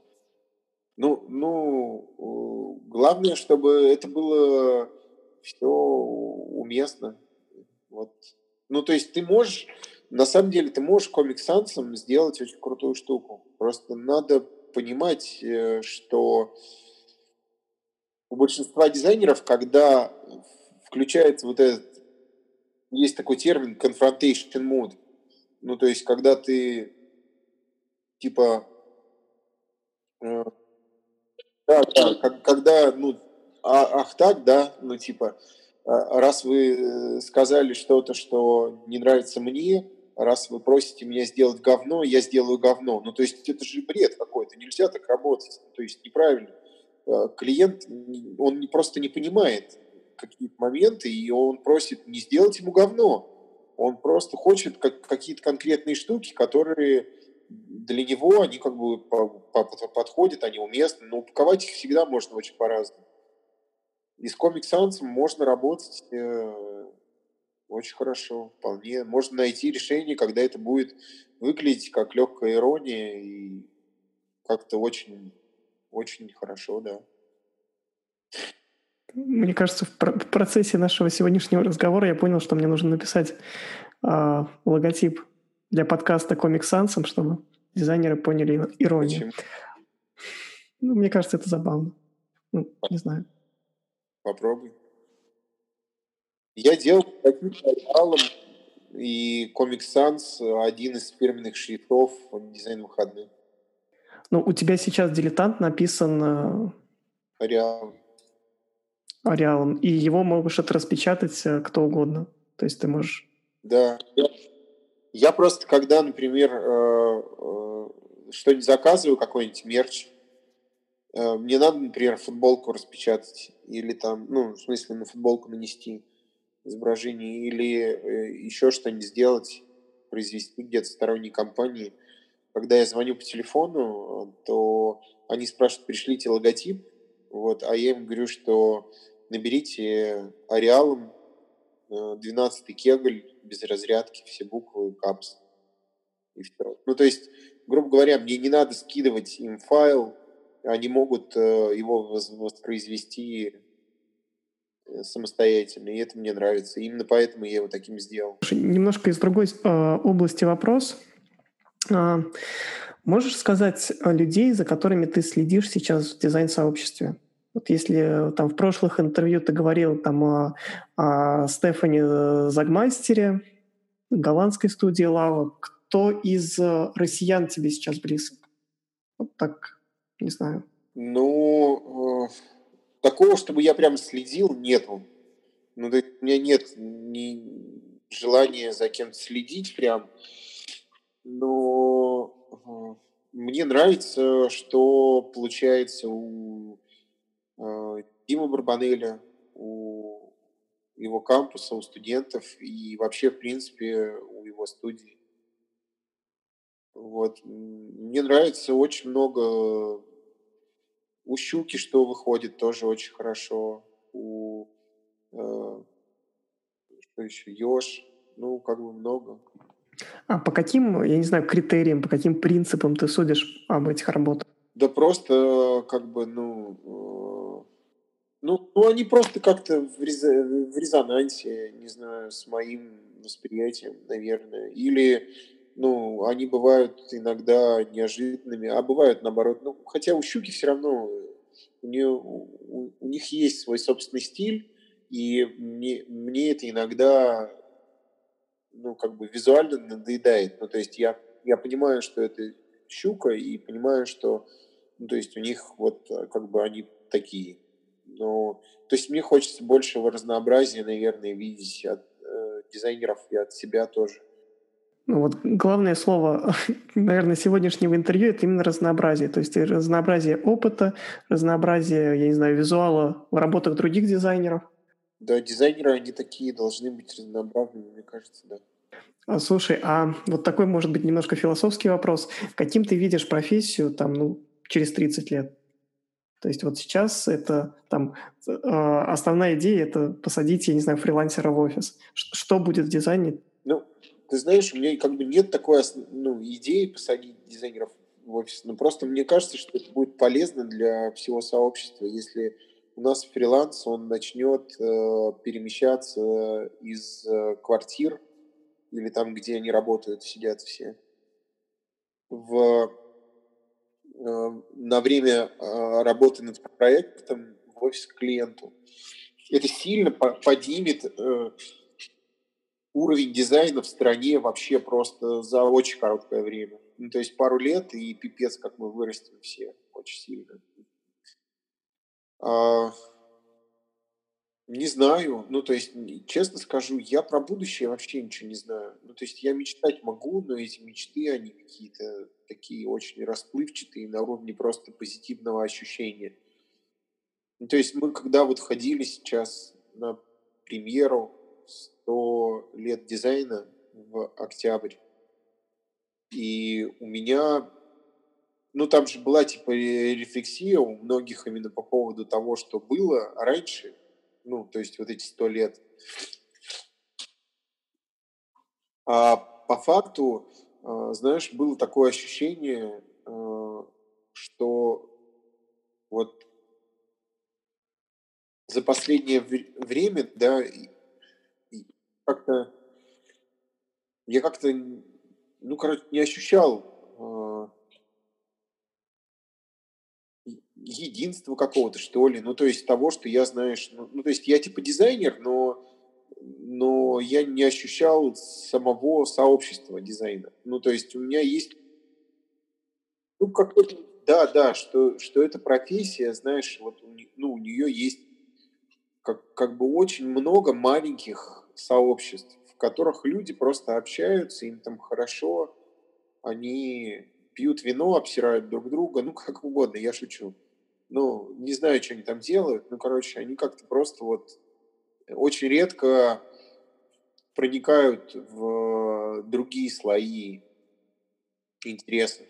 S2: Главное, чтобы это было все уместно. Вот. Ну, то есть ты можешь, на самом деле, ты можешь Comic Sans сделать очень крутую штуку. Просто надо понимать, что у большинства дизайнеров, когда включается вот этот, есть такой термин confrontation mode. Ну, то есть, когда ты типа да, когда, ну, ах так, да, ну, типа, раз вы сказали что-то, что не нравится мне, раз вы просите меня сделать говно, я сделаю говно. Ну, то есть это же бред какой-то, нельзя так работать, то есть неправильно. Клиент, он просто не понимает какие-то моменты, и он просит не сделать ему говно. Он просто хочет какие-то конкретные штуки, которые для него они как бы подходят, они уместны, но упаковать их всегда можно очень по-разному. И с Comic Sans можно работать очень хорошо, вполне. Можно найти решение, когда это будет выглядеть как легкая ирония и как-то очень, очень хорошо, да.
S1: Мне кажется, в процессе нашего сегодняшнего разговора я понял, что мне нужно написать логотип для подкаста Comic Sans, чтобы дизайнеры поняли иронию.
S2: Почему?
S1: Ну, мне кажется, это забавно. Ну, не знаю.
S2: Попробуй. Я делал таким материалом, и Comic Sans один из фирменных шрифтов дизайн выходных.
S1: Ну, у тебя сейчас дилетант написан Ареалом, и его можешь это распечатать кто угодно. То есть ты можешь...
S2: Да. Я просто, когда, например, что-нибудь заказываю, какой-нибудь мерч, мне надо, например, футболку распечатать или там, ну, в смысле, на футболку нанести изображение или еще что-нибудь сделать, произвести где-то в сторонней компании. Когда я звоню по телефону, то они спрашивают, пришлите логотип, вот, а я им говорю, что наберите Ареалом 12-й кегль без разрядки, все буквы, капс. И все. Ну, то есть, грубо говоря, мне не надо скидывать им файл, они могут его воспроизвести самостоятельно, и это мне нравится. Именно поэтому я его таким сделал.
S1: Немножко из другой области вопрос. Можешь сказать людей, за которыми ты следишь сейчас в дизайн-сообществе? Вот если там в прошлых интервью ты говорил там о Стефане Загмастере, голландской студии Лава, кто из россиян тебе сейчас близок? Вот так, не знаю.
S2: Ну, такого, чтобы я прям следил, нету. Ну, то есть у меня нет ни желания за кем-то следить прям, но мне нравится, что получается у Димы Барбанеля, у его кампуса, у студентов и вообще, в принципе, у его студии. Вот. Мне нравится очень много. У Щуки, что выходит, тоже очень хорошо. Что еще? Ёж. Ну, как бы много.
S1: А по каким, я не знаю, критериям, по каким принципам ты судишь об этих работах?
S2: Да просто, как бы, они просто как-то в резонансе, не знаю, с моим восприятием, наверное. Или, ну, они бывают иногда неожиданными, а бывают наоборот. Ну, хотя у Щуки все равно у них есть свой собственный стиль, и мне это иногда, ну, как бы визуально надоедает. Ну, то есть я понимаю, что это Щука, и понимаю, что, ну, то есть у них вот как бы они такие. Но, то есть мне хочется большего разнообразия, наверное, видеть дизайнеров и от себя тоже.
S1: Ну вот главное слово, наверное, сегодняшнего интервью — это именно разнообразие. То есть разнообразие опыта, разнообразие, я не знаю, визуала в работах других дизайнеров.
S2: Да, дизайнеры, они такие должны быть разнообразными, мне кажется, да.
S1: Слушай, а вот такой, может быть, немножко философский вопрос. Каким ты видишь профессию там, ну, через 30 лет? То есть вот сейчас это там основная идея — это посадить, я не знаю, фрилансера в офис. Что будет в дизайне?
S2: Ну, ты знаешь, у меня как бы нет такой идеи посадить дизайнеров в офис. Но просто мне кажется, что это будет полезно для всего сообщества, если у нас фриланс, он начнет перемещаться из квартир или там, где они работают, сидят все, в, на время работы над проектом в офис к клиенту. Это сильно поднимет уровень дизайна в стране вообще просто за очень короткое время. Ну, то есть пару лет, и пипец, как мы вырастем все очень сильно. А, не знаю, ну, то есть, честно скажу, я про будущее вообще ничего не знаю. Ну, то есть я мечтать могу, но эти мечты, они какие-то такие очень расплывчатые на уровне просто позитивного ощущения. Ну, то есть мы когда вот ходили сейчас на премьеру 100 лет дизайна в октябрь, и у меня, ну, там же была типа рефлексия у многих именно по поводу того, что было раньше, ну, то есть вот эти 100 лет. А по факту, знаешь, было такое ощущение, что вот за последнее время, да, и как-то я как-то, ну, короче, не ощущал единства какого-то, что ли. Ну, то есть того, что я, знаешь, то есть я типа дизайнер, но я не ощущал самого сообщества дизайна. Ну, то есть у меня есть, ну, какой-то, да, да, что эта профессия, знаешь, вот у нее есть как бы очень много маленьких сообществ, в которых люди просто общаются, им там хорошо, они пьют вино, обсирают друг друга, ну, как угодно, я шучу. Ну, не знаю, что они там делают, ну, короче, они как-то просто вот очень редко проникают в другие слои интересов.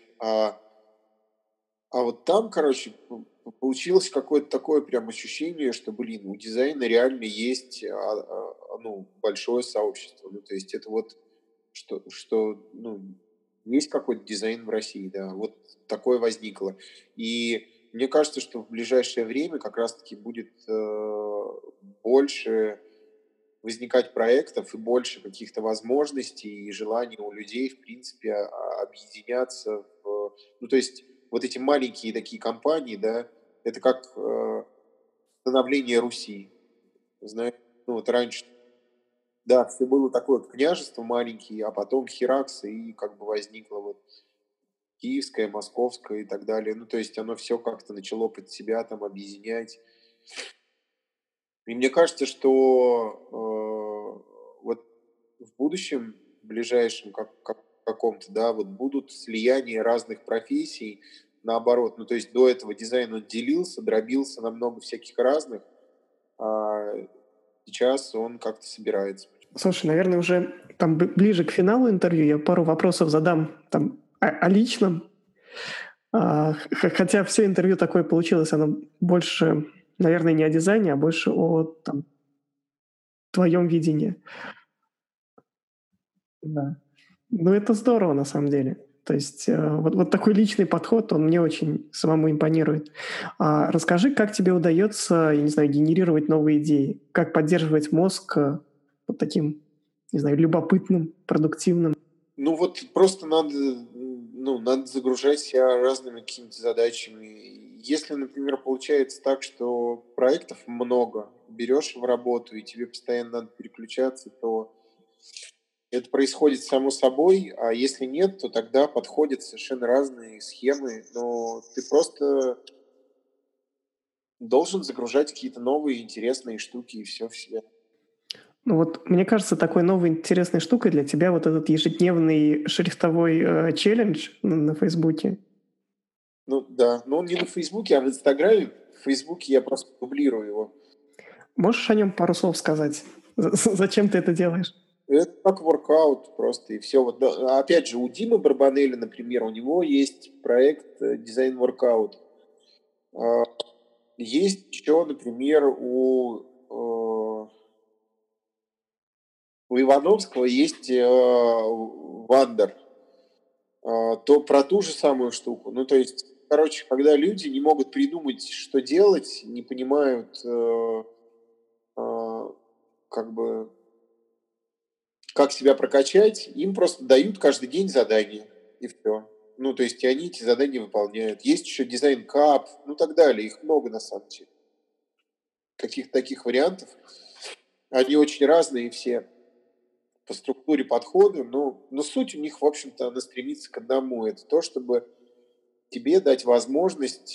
S2: А вот там, короче, получилось какое-то такое прям ощущение, что, блин, у дизайна реально есть ну, большое сообщество. Ну, то есть это вот, ну, есть какой-то дизайн в России, да, вот такое возникло. И мне кажется, что в ближайшее время как раз-таки будет больше возникать проектов и больше каких-то возможностей и желаний у людей, в принципе, объединяться ну, то есть вот эти маленькие такие компании, да, это как становление Руси. Знаешь, ну вот раньше, да, все было такое княжество маленькие, а потом херакс, и как бы возникло вот киевское, московское и так далее. Ну, то есть оно все как-то начало под себя там объединять. И мне кажется, что вот в будущем, ближайшем каком-то, да, вот будут слияния разных профессий, наоборот. Ну, то есть до этого дизайн он делился, дробился на много всяких разных, а сейчас он как-то собирается.
S1: Слушай, наверное, уже там ближе к финалу интервью я пару вопросов задам там о личном. Хотя все интервью такое получилось, оно больше, наверное, не о дизайне, а больше о там, твоем видении. Да. Ну, это здорово на самом деле. То есть вот такой личный подход, он мне очень самому импонирует. Расскажи, как тебе удается, я не знаю, генерировать новые идеи? Как поддерживать мозг вот таким, не знаю, любопытным, продуктивным?
S2: Ну вот просто надо загружать себя разными какими-то задачами. Если, например, получается так, что проектов много, берешь в работу и тебе постоянно надо переключаться, то это происходит само собой, а если нет, то тогда подходят совершенно разные схемы, но ты просто должен загружать какие-то новые интересные штуки и все в себя.
S1: Ну вот, мне кажется, такой новой интересной штукой для тебя вот этот ежедневный шрифтовой челлендж на Фейсбуке.
S2: Ну да, но он не на Фейсбуке, а в Инстаграме. В Фейсбуке я просто дублирую его.
S1: Можешь о нем пару слов сказать? Зачем ты это делаешь?
S2: Это как воркаут просто, и все. Вот, да, опять же, у Димы Барбанеля, например, у него есть проект дизайн воркаут. Есть еще, например, у Ивановского есть Вандер, то про ту же самую штуку. Ну, то есть, короче, когда люди не могут придумать, что делать, не понимают, как бы, как себя прокачать, им просто дают каждый день задание, и все. Ну, то есть, и они эти задания выполняют. Есть еще дизайн кап, ну, так далее. Их много, на самом деле. Каких-то таких вариантов. Они очень разные все по структуре подхода, но суть у них, в общем-то, она стремится к одному. Это то, чтобы тебе дать возможность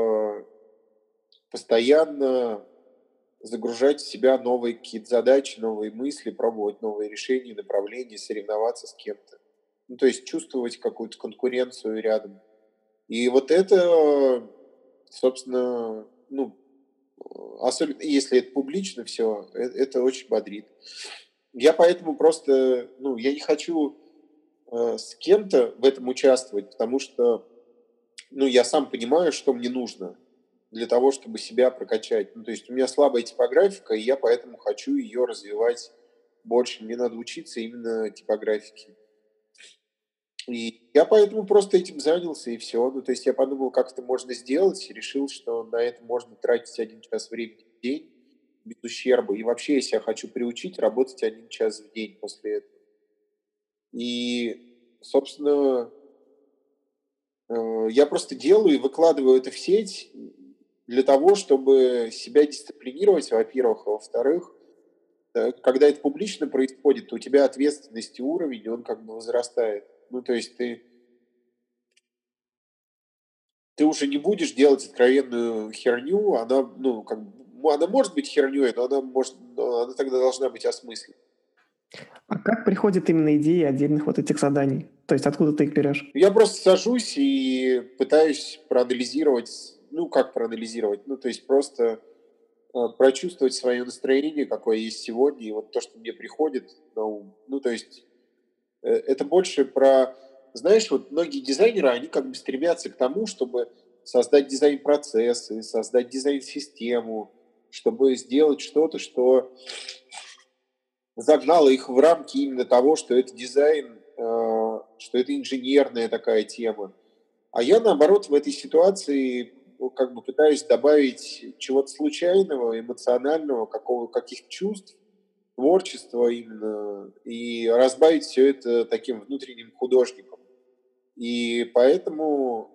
S2: постоянно загружать в себя новые какие-то задачи, новые мысли, пробовать новые решения, направления, соревноваться с кем-то. Ну, то есть чувствовать какую-то конкуренцию рядом. И вот это, собственно, ну, особенно если это публично все, это очень бодрит. Я поэтому просто, ну, я не хочу с кем-то в этом участвовать, потому что, ну, я сам понимаю, что мне нужно для того, чтобы себя прокачать. Ну, то есть у меня слабая типографика, и я поэтому хочу ее развивать больше. Мне надо учиться именно типографике. И я поэтому просто этим занялся, и все. Ну, то есть я подумал, как это можно сделать, и решил, что на это можно тратить 1 час времени в день без ущерба. И вообще, если я хочу приучить, работать 1 час в день после этого. И, собственно, я просто делаю и выкладываю это в сеть для того, чтобы себя дисциплинировать, во-первых, а во-вторых, когда это публично происходит, то у тебя ответственность и уровень, он как бы возрастает. Ну, то есть ты уже не будешь делать откровенную херню, она, ну, как бы, она может быть херней, но она тогда должна быть осмыслена.
S1: А как приходит именно идея отдельных вот этих заданий? То есть откуда ты их берешь?
S2: Я просто сажусь и пытаюсь проанализировать, ну, как проанализировать, ну, то есть просто прочувствовать свое настроение, какое есть сегодня, и вот то, что мне приходит на ум. Ну, то есть это больше про... Знаешь, вот многие дизайнеры, они как бы стремятся к тому, чтобы создать дизайн-процессы, создать дизайн-систему, чтобы сделать что-то, что загнало их в рамки именно того, что это дизайн, что это инженерная такая тема. А я, наоборот, в этой ситуации ну, как бы пытаюсь добавить чего-то случайного, эмоционального, каких-то чувств, творчества именно, и разбавить все это таким внутренним художником. И поэтому,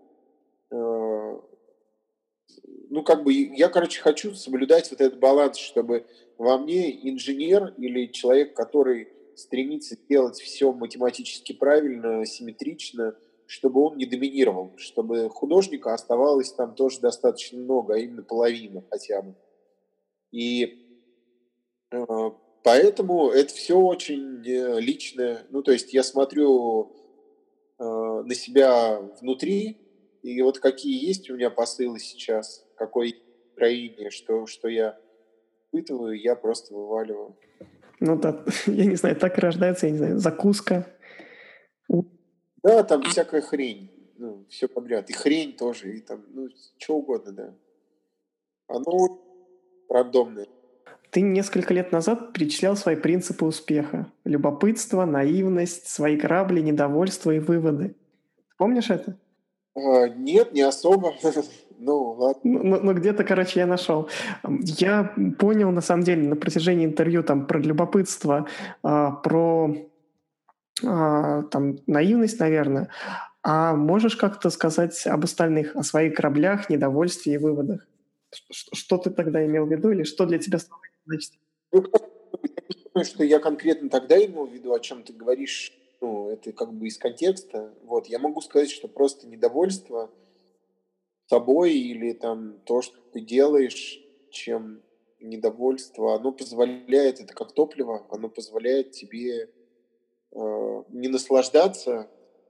S2: ну, как бы, я, короче, хочу соблюдать вот этот баланс, чтобы во мне инженер или человек, который стремится делать все математически правильно, симметрично, чтобы он не доминировал, чтобы художника оставалось там тоже достаточно много, а именно половина хотя бы. И э, поэтому это все очень личное. Ну, то есть я смотрю на себя внутри, и вот какие есть у меня посылы сейчас, какое настроение, что я испытываю, я просто вываливаю.
S1: Ну да, я не знаю, так и рождается, я не знаю, закуска.
S2: Да, там всякая хрень, ну, все подряд. И хрень тоже, и там, ну, что угодно, да. Оно рандомное.
S1: Ты несколько лет назад перечислял свои принципы успеха. Любопытство, наивность, свои грабли, недовольство и выводы. Помнишь это?
S2: Нет, не особо. Ну, ладно.
S1: Ну, где-то, короче, я нашел. Я понял, на самом деле, на протяжении интервью там про любопытство, про там наивность, наверное. А можешь как-то сказать об остальных, о своих граблях, недовольстве и выводах? Что ты тогда имел в виду или что для тебя стало значить?
S2: Ну, я не думаю, что я конкретно тогда имел в виду, о чем ты говоришь, ну, это как бы из контекста. Вот, я могу сказать, что просто недовольство собой или там то, что ты делаешь, чем недовольство, оно позволяет, это как топливо, оно позволяет тебе не наслаждаться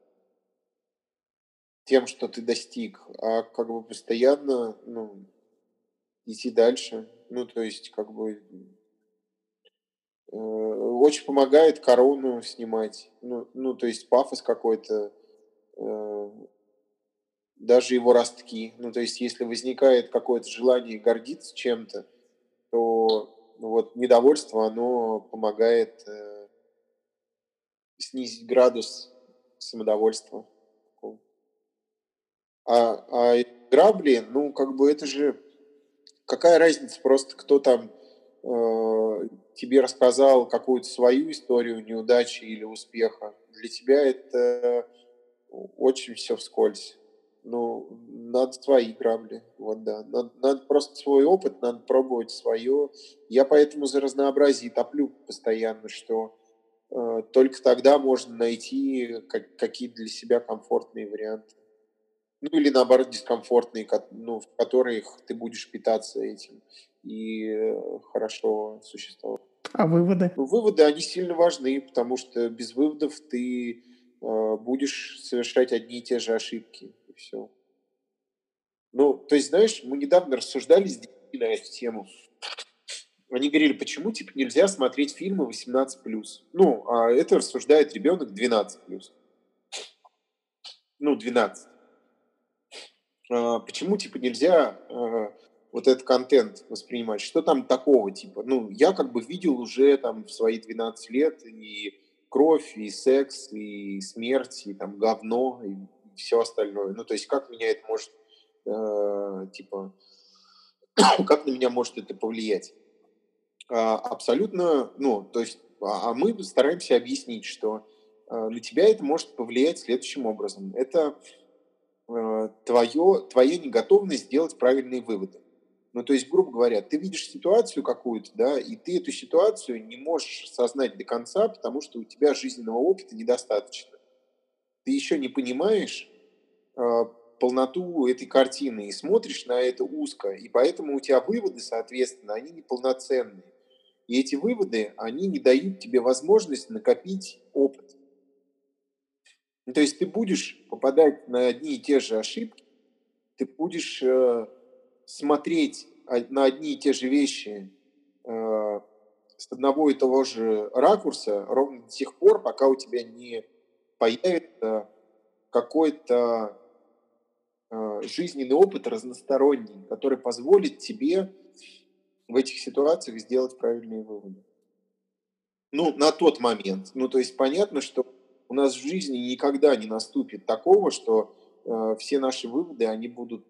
S2: тем, что ты достиг, а как бы постоянно, идти дальше. Ну, то есть, как бы, очень помогает корону снимать. То есть пафос какой-то, э, даже его ростки. Ну, то есть, если возникает какое-то желание гордиться чем-то, то вот недовольство, оно помогает снизить градус самодовольства. А грабли, как бы это же какая разница просто, кто там тебе рассказал какую-то свою историю неудачи или успеха. Для тебя это очень все вскользь. Надо свои грабли. Вот да. Надо просто свой опыт, надо пробовать свое. Я поэтому за разнообразие топлю постоянно, что только тогда можно найти какие-то для себя комфортные варианты. Ну, или наоборот, дискомфортные, в которых ты будешь питаться этим и хорошо существовать.
S1: А выводы?
S2: Выводы, они сильно важны, потому что без выводов ты будешь совершать одни и те же ошибки, и все. То есть, знаешь, мы недавно рассуждали с детьми на эту тему. Они говорили, почему, типа, нельзя смотреть фильмы 18+. А это рассуждает ребенок 12+. 12. Почему, типа, нельзя вот этот контент воспринимать? Что там такого, типа? Я как бы видел уже там в свои 12 лет и кровь, и секс, и смерть, и там говно, и все остальное. То есть как меня это может, типа, как на меня может это повлиять? Абсолютно, то есть, мы стараемся объяснить, что на тебя это может повлиять следующим образом. Это твоя неготовность сделать правильные выводы. То есть, грубо говоря, ты видишь ситуацию какую-то, да, и ты эту ситуацию не можешь осознать до конца, потому что у тебя жизненного опыта недостаточно. Ты еще не понимаешь полноту этой картины и смотришь на это узко, и поэтому у тебя выводы, соответственно, они неполноценные. И эти выводы, они не дают тебе возможность накопить опыт. То есть ты будешь попадать на одни и те же ошибки, ты будешь смотреть на одни и те же вещи с одного и того же ракурса ровно до тех пор, пока у тебя не появится какой-то жизненный опыт разносторонний, который позволит тебе в этих ситуациях сделать правильные выводы. На тот момент. То есть понятно, что у нас в жизни никогда не наступит такого, что все наши выводы, они будут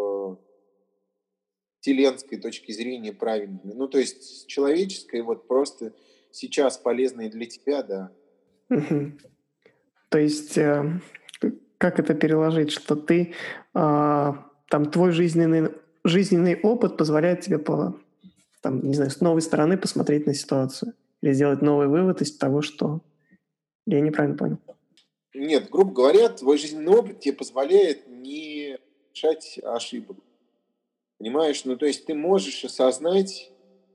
S2: вселенской точки зрения правильными. То есть с человеческой вот просто сейчас полезные для тебя, да.
S1: Мгм. То есть, как это переложить, что ты, там твой жизненный опыт позволяет тебе там, не знаю, с новой стороны посмотреть на ситуацию или сделать новый вывод из того, что... Я неправильно понял.
S2: Нет, грубо говоря, твой жизненный опыт тебе позволяет не совершать ошибок. Понимаешь? То есть ты можешь осознать,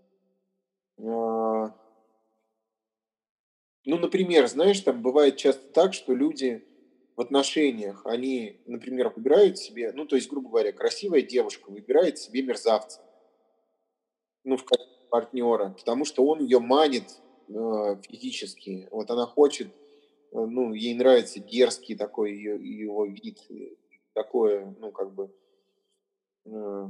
S2: например, знаешь, там бывает часто так, что люди в отношениях, они, например, выбирают себе, то есть, грубо говоря, красивая девушка выбирает себе мерзавца, в качестве партнера, потому что он ее манит физически. Вот она хочет, ей нравится дерзкий такой его вид, такое, как бы э,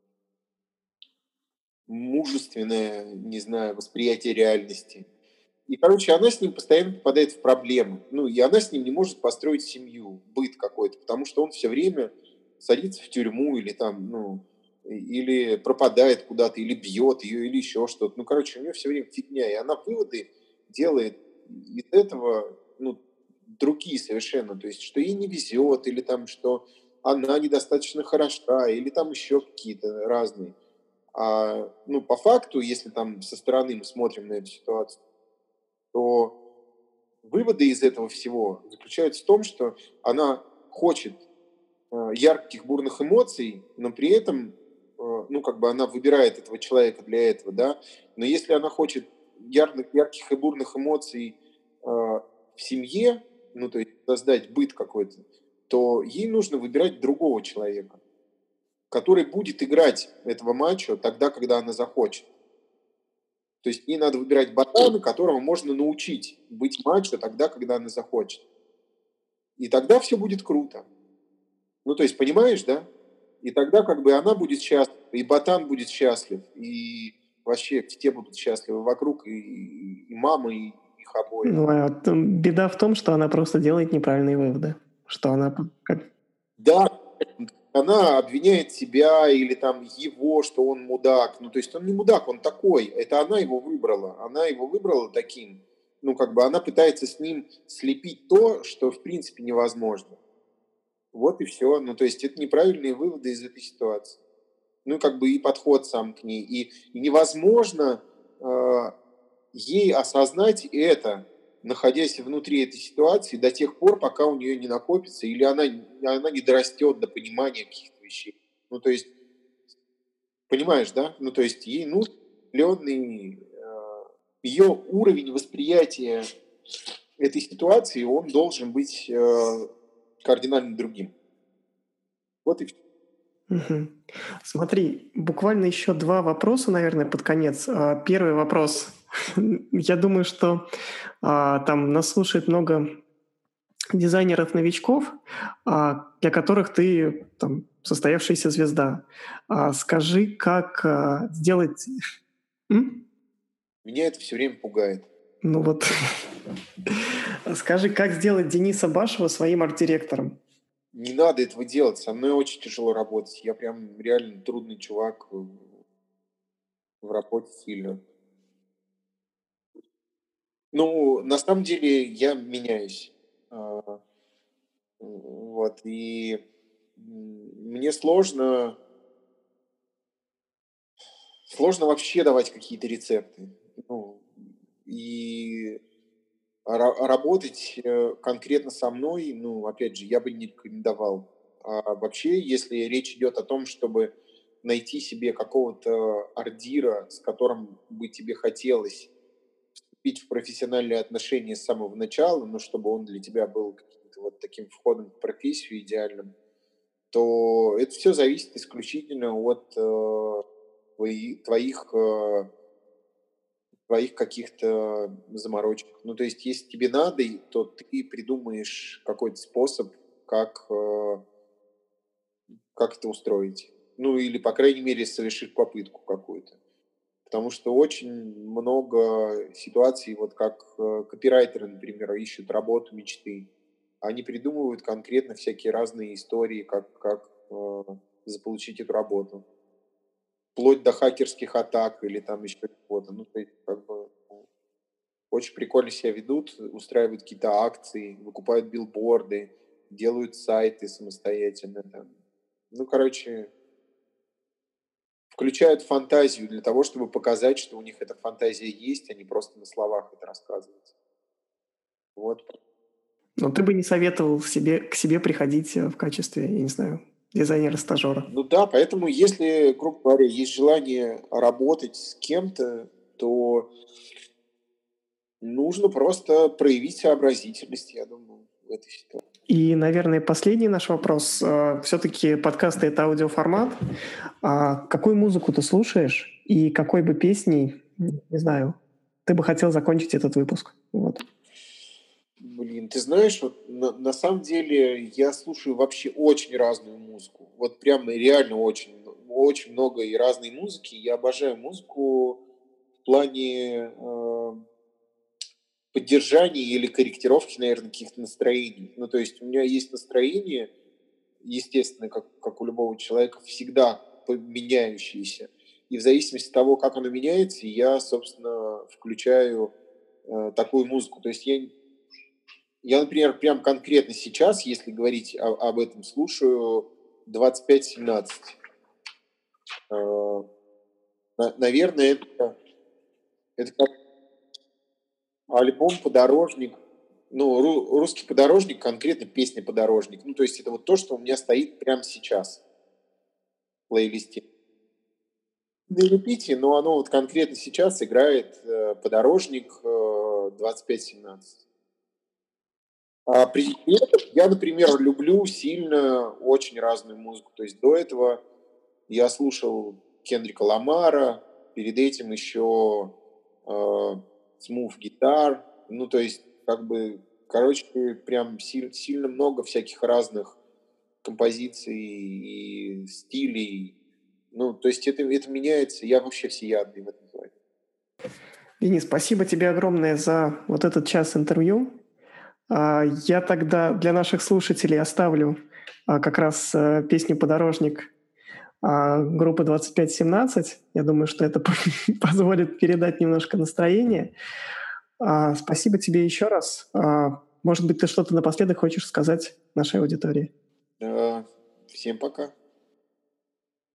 S2: мужественное, не знаю, восприятие реальности. И, короче, она с ним постоянно попадает в проблемы. И она с ним не может построить семью, быт какой-то, потому что он все время садится в тюрьму или там, или пропадает куда-то, или бьет ее, или еще что-то. Короче, у нее все время фигня. И она выводы делает из этого, другие совершенно. То есть, что ей не везет, или там, что она недостаточно хороша, или там еще какие-то разные. По факту, если там со стороны мы смотрим на эту ситуацию, то выводы из этого всего заключаются в том, что она хочет ярких, бурных эмоций, но при этом ну, как бы она выбирает этого человека для этого, да, но если она хочет ярких и бурных эмоций в семье, ну, то есть создать быт какой-то, то ей нужно выбирать другого человека, который будет играть этого мачо тогда, когда она захочет. То есть ей надо выбирать ботана, которого можно научить быть мачо тогда, когда она захочет. И тогда все будет круто. Ну, то есть, понимаешь, да? И тогда как бы она будет счастлива, и ботан будет счастлив, и вообще все будут счастливы вокруг, и мама, и их обоих.
S1: Ну, а вот, беда в том, что она просто делает неправильные выводы. Что она
S2: Да, она обвиняет себя или там его, что он мудак. Ну, то есть он не мудак, он такой. Это она его выбрала. Она его выбрала таким. Ну, как бы она пытается с ним слепить то, что в принципе невозможно. Вот и все. Ну, то есть это неправильные выводы из этой ситуации. Ну, как бы и подход сам к ней. И невозможно ей осознать это, находясь внутри этой ситуации, до тех пор, пока у нее не накопится, или она не дорастет до понимания каких-то вещей. Ну, то есть, понимаешь, да? Ну, то есть ей нужен определенный ее уровень восприятия этой ситуации, он должен быть кардинально другим. Вот и все.
S1: Угу. Смотри, буквально еще 2 вопроса, наверное, под конец. Первый вопрос. Я думаю, что там нас слушает много дизайнеров-новичков, для которых ты там состоявшаяся звезда. Скажи, как сделать...
S2: Меня это все время пугает.
S1: Ну вот, скажи, как сделать Дениса Башева своим арт-директором?
S2: Не надо этого делать, со мной очень тяжело работать. Я прям реально трудный чувак в работе сильно. Ну, на самом деле я меняюсь. Вот, и мне сложно вообще давать какие-то рецепты. Ну, и работать конкретно со мной, ну, опять же, я бы не рекомендовал. А вообще, если речь идет о том, чтобы найти себе какого-то ардира, с которым бы тебе хотелось вступить в профессиональные отношения с самого начала, но чтобы он для тебя был каким-то вот таким входом в профессию идеальным, то это все зависит исключительно от твоих твоих каких-то заморочек. Ну, то есть, если тебе надо, то ты придумаешь какой-то способ, как это устроить. Ну, или, по крайней мере, совершить попытку какую-то. Потому что очень много ситуаций, вот как копирайтеры, например, ищут работу мечты. Они придумывают конкретно всякие разные истории, как заполучить эту работу. Вплоть до хакерских атак или там еще чего-то. Ну, то есть, как бы, очень прикольно себя ведут, устраивают какие-то акции, выкупают билборды, делают сайты самостоятельно. Там. Ну, короче, включают фантазию для того, чтобы показать, что у них эта фантазия есть, а не просто на словах это рассказывается. Вот.
S1: Но ты бы не советовал к себе приходить в качестве, я не знаю, дизайнера-стажера.
S2: Ну да, поэтому если, грубо говоря, есть желание работать с кем-то, то нужно просто проявить сообразительность, я думаю, в этой ситуации.
S1: И, наверное, последний наш вопрос. Все-таки подкасты — это аудиоформат. Какую музыку ты слушаешь и какой бы песней, не знаю, ты бы хотел закончить этот выпуск? Вот.
S2: Блин, ты знаешь, вот на самом деле я слушаю вообще очень разную музыку. Вот прям реально очень много и разной музыки. Я обожаю музыку в плане поддержания или корректировки, наверное, каких-то настроений. Ну, то есть у меня есть настроение, естественно, как у любого человека, всегда меняющееся. И в зависимости от того, как оно меняется, я, собственно, включаю такую музыку. То есть я, например, прям конкретно сейчас, если говорить об этом, слушаю 2517. Наверное, это как альбом «Подорожник». Ну, русский «Подорожник», конкретно песня «Подорожник». Ну, то есть это вот то, что у меня стоит прямо сейчас в плейлисте. на репите, но оно вот конкретно сейчас играет «Подорожник» 2517. При этом я, например, люблю сильно очень разную музыку. То есть до этого я слушал Кендрика Ламара, перед этим еще Smooth Guitar. Ну, то есть, как бы, короче, прям сильно много всяких разных композиций и стилей. Ну, то есть это меняется. Я вообще всеядный в этом плане.
S1: Денис, спасибо тебе огромное за вот этот час интервью. Я тогда для наших слушателей оставлю как раз песню «Подорожник» группы 2517. Я думаю, что это позволит передать немножко настроение. Спасибо тебе еще раз. Может быть, ты что-то напоследок хочешь сказать нашей аудитории?
S2: Всем пока.